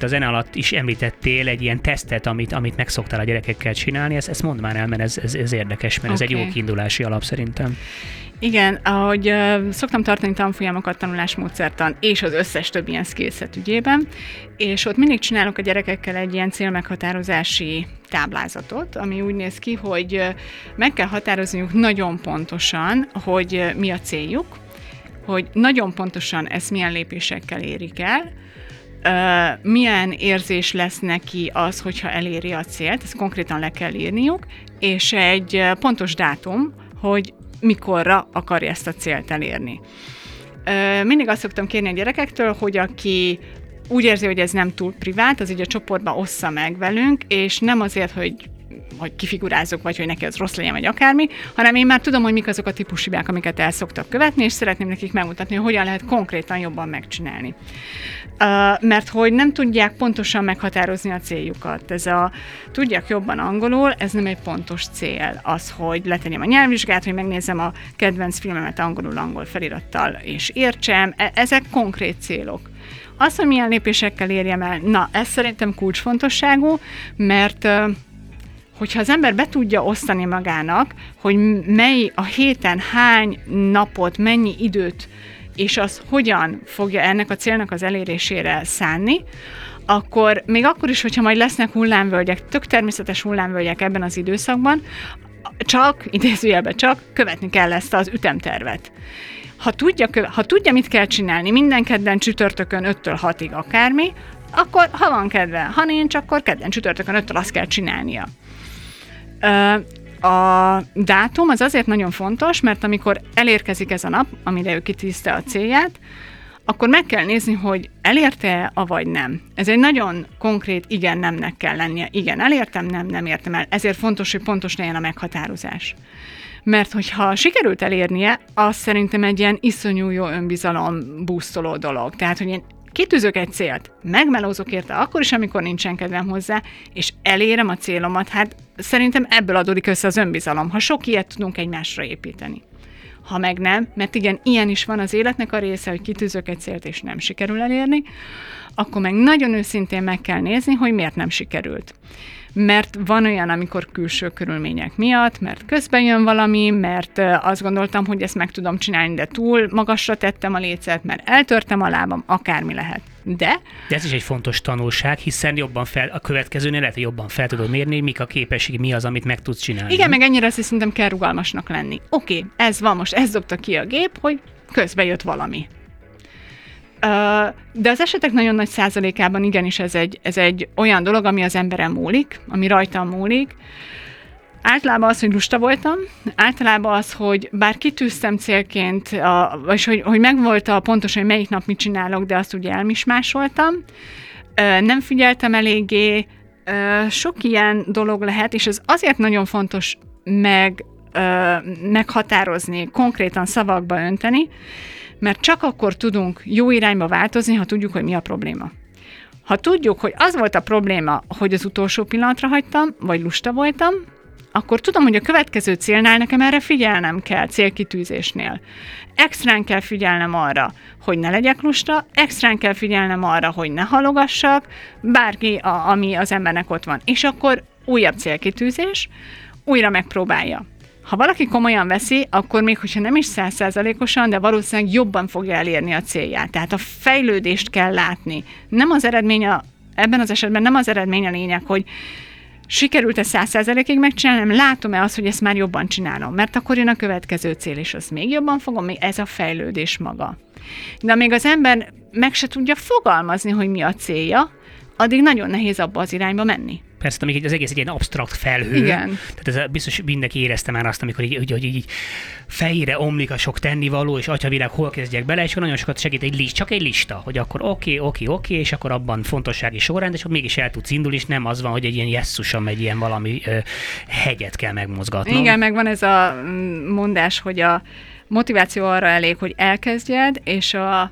itt a zene alatt is említettél egy ilyen tesztet, amit, amit meg szoktál a gyerekekkel csinálni. Ezt, ezt mondd már el, mert ez, ez, ez érdekes, mert okay. ez egy jó kiindulási alap szerintem. Igen, ahogy uh, szoktam tartani tanfolyamokat tanulásmódszertan és az összes több ilyen skillset ügyében, és ott mindig csinálok a gyerekekkel egy ilyen célmeghatározási táblázatot, ami úgy néz ki, hogy uh, meg kell határozniuk nagyon pontosan, hogy uh, mi a céljuk, hogy nagyon pontosan ezt milyen lépésekkel érik el, uh, milyen érzés lesz neki az, hogyha eléri a célt, ezt konkrétan le kell írniuk, és egy uh, pontos dátum, hogy mikorra akarja ezt a célt elérni. Mindig azt szoktam kérni a gyerekektől, hogy aki úgy érzi, hogy ez nem túl privát, az így a csoportba ossza meg velünk, és nem azért, hogy hogy kifigurázzuk, vagy hogy neki az rossz legyen, vagy akármi, hanem én már tudom, hogy mik azok a típushibák, amiket el szoktak követni, és szeretném nekik megmutatni, hogy hogyan lehet konkrétan jobban megcsinálni. Uh, mert hogy nem tudják pontosan meghatározni a céljukat. Ez a tudjak jobban angolul, ez nem egy pontos cél. Az, hogy letegyem a nyelvvizsgát, hogy megnézem a kedvenc filmemet angolul angol felirattal, és értsem, e- ezek konkrét célok. Az, hogy milyen lépésekkel érjem el, na, ez szerintem kulcsfontosságú, mert uh, hogyha az ember be tudja osztani magának, hogy mely a héten hány napot, mennyi időt, és az hogyan fogja ennek a célnak az elérésére szánni, akkor még akkor is, hogyha majd lesznek hullámvölgyek, tök természetes hullámvölgyek ebben az időszakban, csak, idézőjelben csak, követni kell ezt az ütemtervet. Ha tudja, ha tudja, mit kell csinálni minden kedden, csütörtökön öttől hatig akármi, akkor ha van kedve, ha nincs, akkor kedden, csütörtökön öttől azt kell csinálnia. A dátum az azért nagyon fontos, mert amikor elérkezik ez a nap, amire ő kitűzte a célját, akkor meg kell nézni, hogy elérte-e, avagy nem. Ez egy nagyon konkrét igen-nemnek kell lennie. Igen, elértem, nem, nem értem el. Ezért fontos, hogy pontos legyen a meghatározás. Mert hogyha sikerült elérnie, az szerintem egy ilyen iszonyú jó önbizalom boostoló dolog. Tehát, hogy én kitűzök egy célt, megmelózok érte akkor is, amikor nincsen kedvem hozzá, és elérem a célomat, hát szerintem ebből adódik össze az önbizalom, ha sok ilyet tudunk egymásra építeni. Ha meg nem, mert igen, ilyen is van az életnek a része, hogy kitűzök egy célt, és nem sikerül elérni, akkor meg nagyon őszintén meg kell nézni, hogy miért nem sikerült. Mert van olyan, amikor külső körülmények miatt, mert közben jön valami, mert azt gondoltam, hogy ezt meg tudom csinálni, de túl magasra tettem a lécet, mert eltörtem a lábam, akármi lehet. De... De ez is egy fontos tanulság, hiszen jobban fel, a következőnél lehet, hogy jobban fel tudod mérni, mik a képesség, mi az, amit meg tudsz csinálni. Igen, meg ennyire azt szerintem kell rugalmasnak lenni. Oké, okay, ez van, most ez dobta ki a gép, hogy közben jött valami. De az esetek nagyon nagy százalékában igenis ez egy, ez egy olyan dolog, ami az emberen múlik, ami rajtam múlik. Általában az, hogy lusta voltam, általában az, hogy bár kitűztem célként, a, vagy hogy, hogy megvolt a pontos, hogy melyik nap mit csinálok, de azt ugye elmismásoltam, nem figyeltem eléggé, sok ilyen dolog lehet, és ez azért nagyon fontos meg, meghatározni, konkrétan szavakba önteni, mert csak akkor tudunk jó irányba változni, ha tudjuk, hogy mi a probléma. Ha tudjuk, hogy az volt a probléma, hogy az utolsó pillanatra hagytam, vagy lusta voltam, akkor tudom, hogy a következő célnál nekem erre figyelnem kell, célkitűzésnél. Extrán kell figyelnem arra, hogy ne legyek lusta, extrán kell figyelnem arra, hogy ne halogassak, bárki, a, ami az embernek ott van. És akkor újabb célkitűzés, újra megpróbálja. Ha valaki komolyan veszi, akkor még hogyha nem is száz százalékosan, de valószínűleg jobban fogja elérni a célját. Tehát a fejlődést kell látni. Nem az eredmény, a, ebben az esetben nem az eredmény a lényeg, hogy sikerült-e száz százalékig megcsinálni, nem látom-e azt, hogy ezt már jobban csinálom, mert akkor jön a következő cél, és azt még jobban fogom, még ez a fejlődés maga. De amíg az ember meg se tudja fogalmazni, hogy mi a célja, addig nagyon nehéz abba az irányba menni. Persze, amikor az egész egy ilyen absztrakt felhő. Igen. Tehát ez a, biztos mindenki érezte már azt, amikor így, hogy, hogy így fejére omlik a sok tennivaló, és atyavilág, hol kezdjek bele, és akkor nagyon sokat segít egy lista, csak egy lista, hogy akkor oké, oké, oké, és akkor abban fontossági sorrend, és akkor mégis el tudsz indulni, és nem az van, hogy egy ilyen jesszusan megy, ilyen valami ö, hegyet kell megmozgatnom. Igen, meg van ez a mondás, hogy a motiváció arra elég, hogy elkezdjed, és a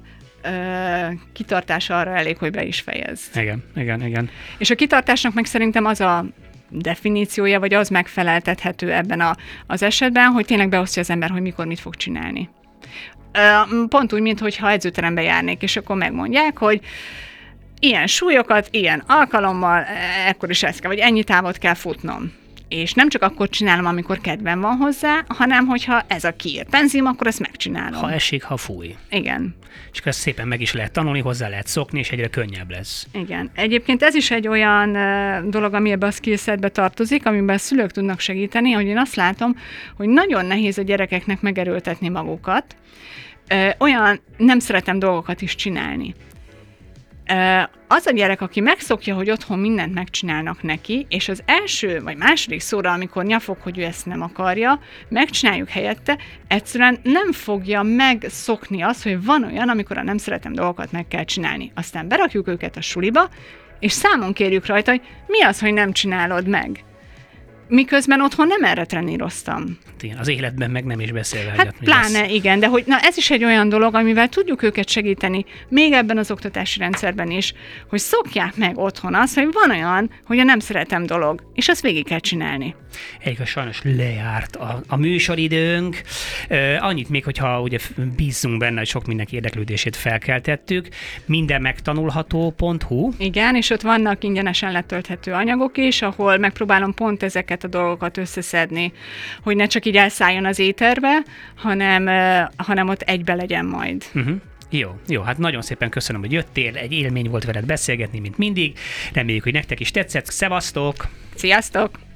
Uh, kitartás arra elég, hogy be is fejezd. Igen, igen, igen. És a kitartásnak meg szerintem az a definíciója, vagy az megfeleltethető ebben a, az esetben, hogy tényleg beosztja az ember, hogy mikor mit fog csinálni. Uh, pont úgy, mintha edzőterembe járnék, és akkor megmondják, hogy ilyen súlyokat, ilyen alkalommal, ekkor is ezt kell, vagy ennyi távot kell futnom. És nem csak akkor csinálom, amikor kedvem van hozzá, hanem hogyha ez a kiírt benzin, akkor ezt megcsinálom. Ha esik, ha fúj. Igen. És akkor ezt szépen meg is lehet tanulni, hozzá lehet szokni, és egyre könnyebb lesz. Igen. Egyébként ez is egy olyan uh, dolog, ami ebbe a skillsetbe tartozik, amiben a szülők tudnak segíteni, hogy én azt látom, hogy nagyon nehéz a gyerekeknek megerőltetni magukat, uh, olyan nem szeretem dolgokat is csinálni. Az a gyerek, aki megszokja, hogy otthon mindent megcsinálnak neki, és az első vagy második szóra, amikor nyafog, hogy ő ezt nem akarja, megcsináljuk helyette, egyszerűen nem fogja megszokni azt, hogy van olyan, amikor a nem szeretem dolgokat meg kell csinálni. Aztán berakjuk őket a suliba, és számon kérjük rajta, hogy mi az, hogy nem csinálod meg. Miközben otthon nem erre treníroztam. Az életben meg nem is beszélve. Hát pláne lesz. Igen, de hogy na ez is egy olyan dolog, amivel tudjuk őket segíteni, még ebben az oktatási rendszerben is, hogy szokják meg otthon azt, hogy van olyan, hogy a nem szeretem dolog, és azt végig kell csinálni. Egyébként sajnos lejárt a, a műsoridőnk. Uh, annyit még, hogyha ugye bízzunk benne, hogy sok mindenki érdeklődését felkeltettük. Minden megtanulható pont hu. Igen, és ott vannak ingyenesen letölthető anyagok is, ahol megpróbálom pont ezeket a dolgokat összeszedni, hogy ne csak így elszálljon az éterbe, hanem, uh, hanem ott egybe legyen majd. Uh-huh. Jó, jó, hát nagyon szépen köszönöm, hogy jöttél, egy élmény volt veled beszélgetni, mint mindig. Reméljük, hogy nektek is tetszett. Szevasztok! Sziasztok!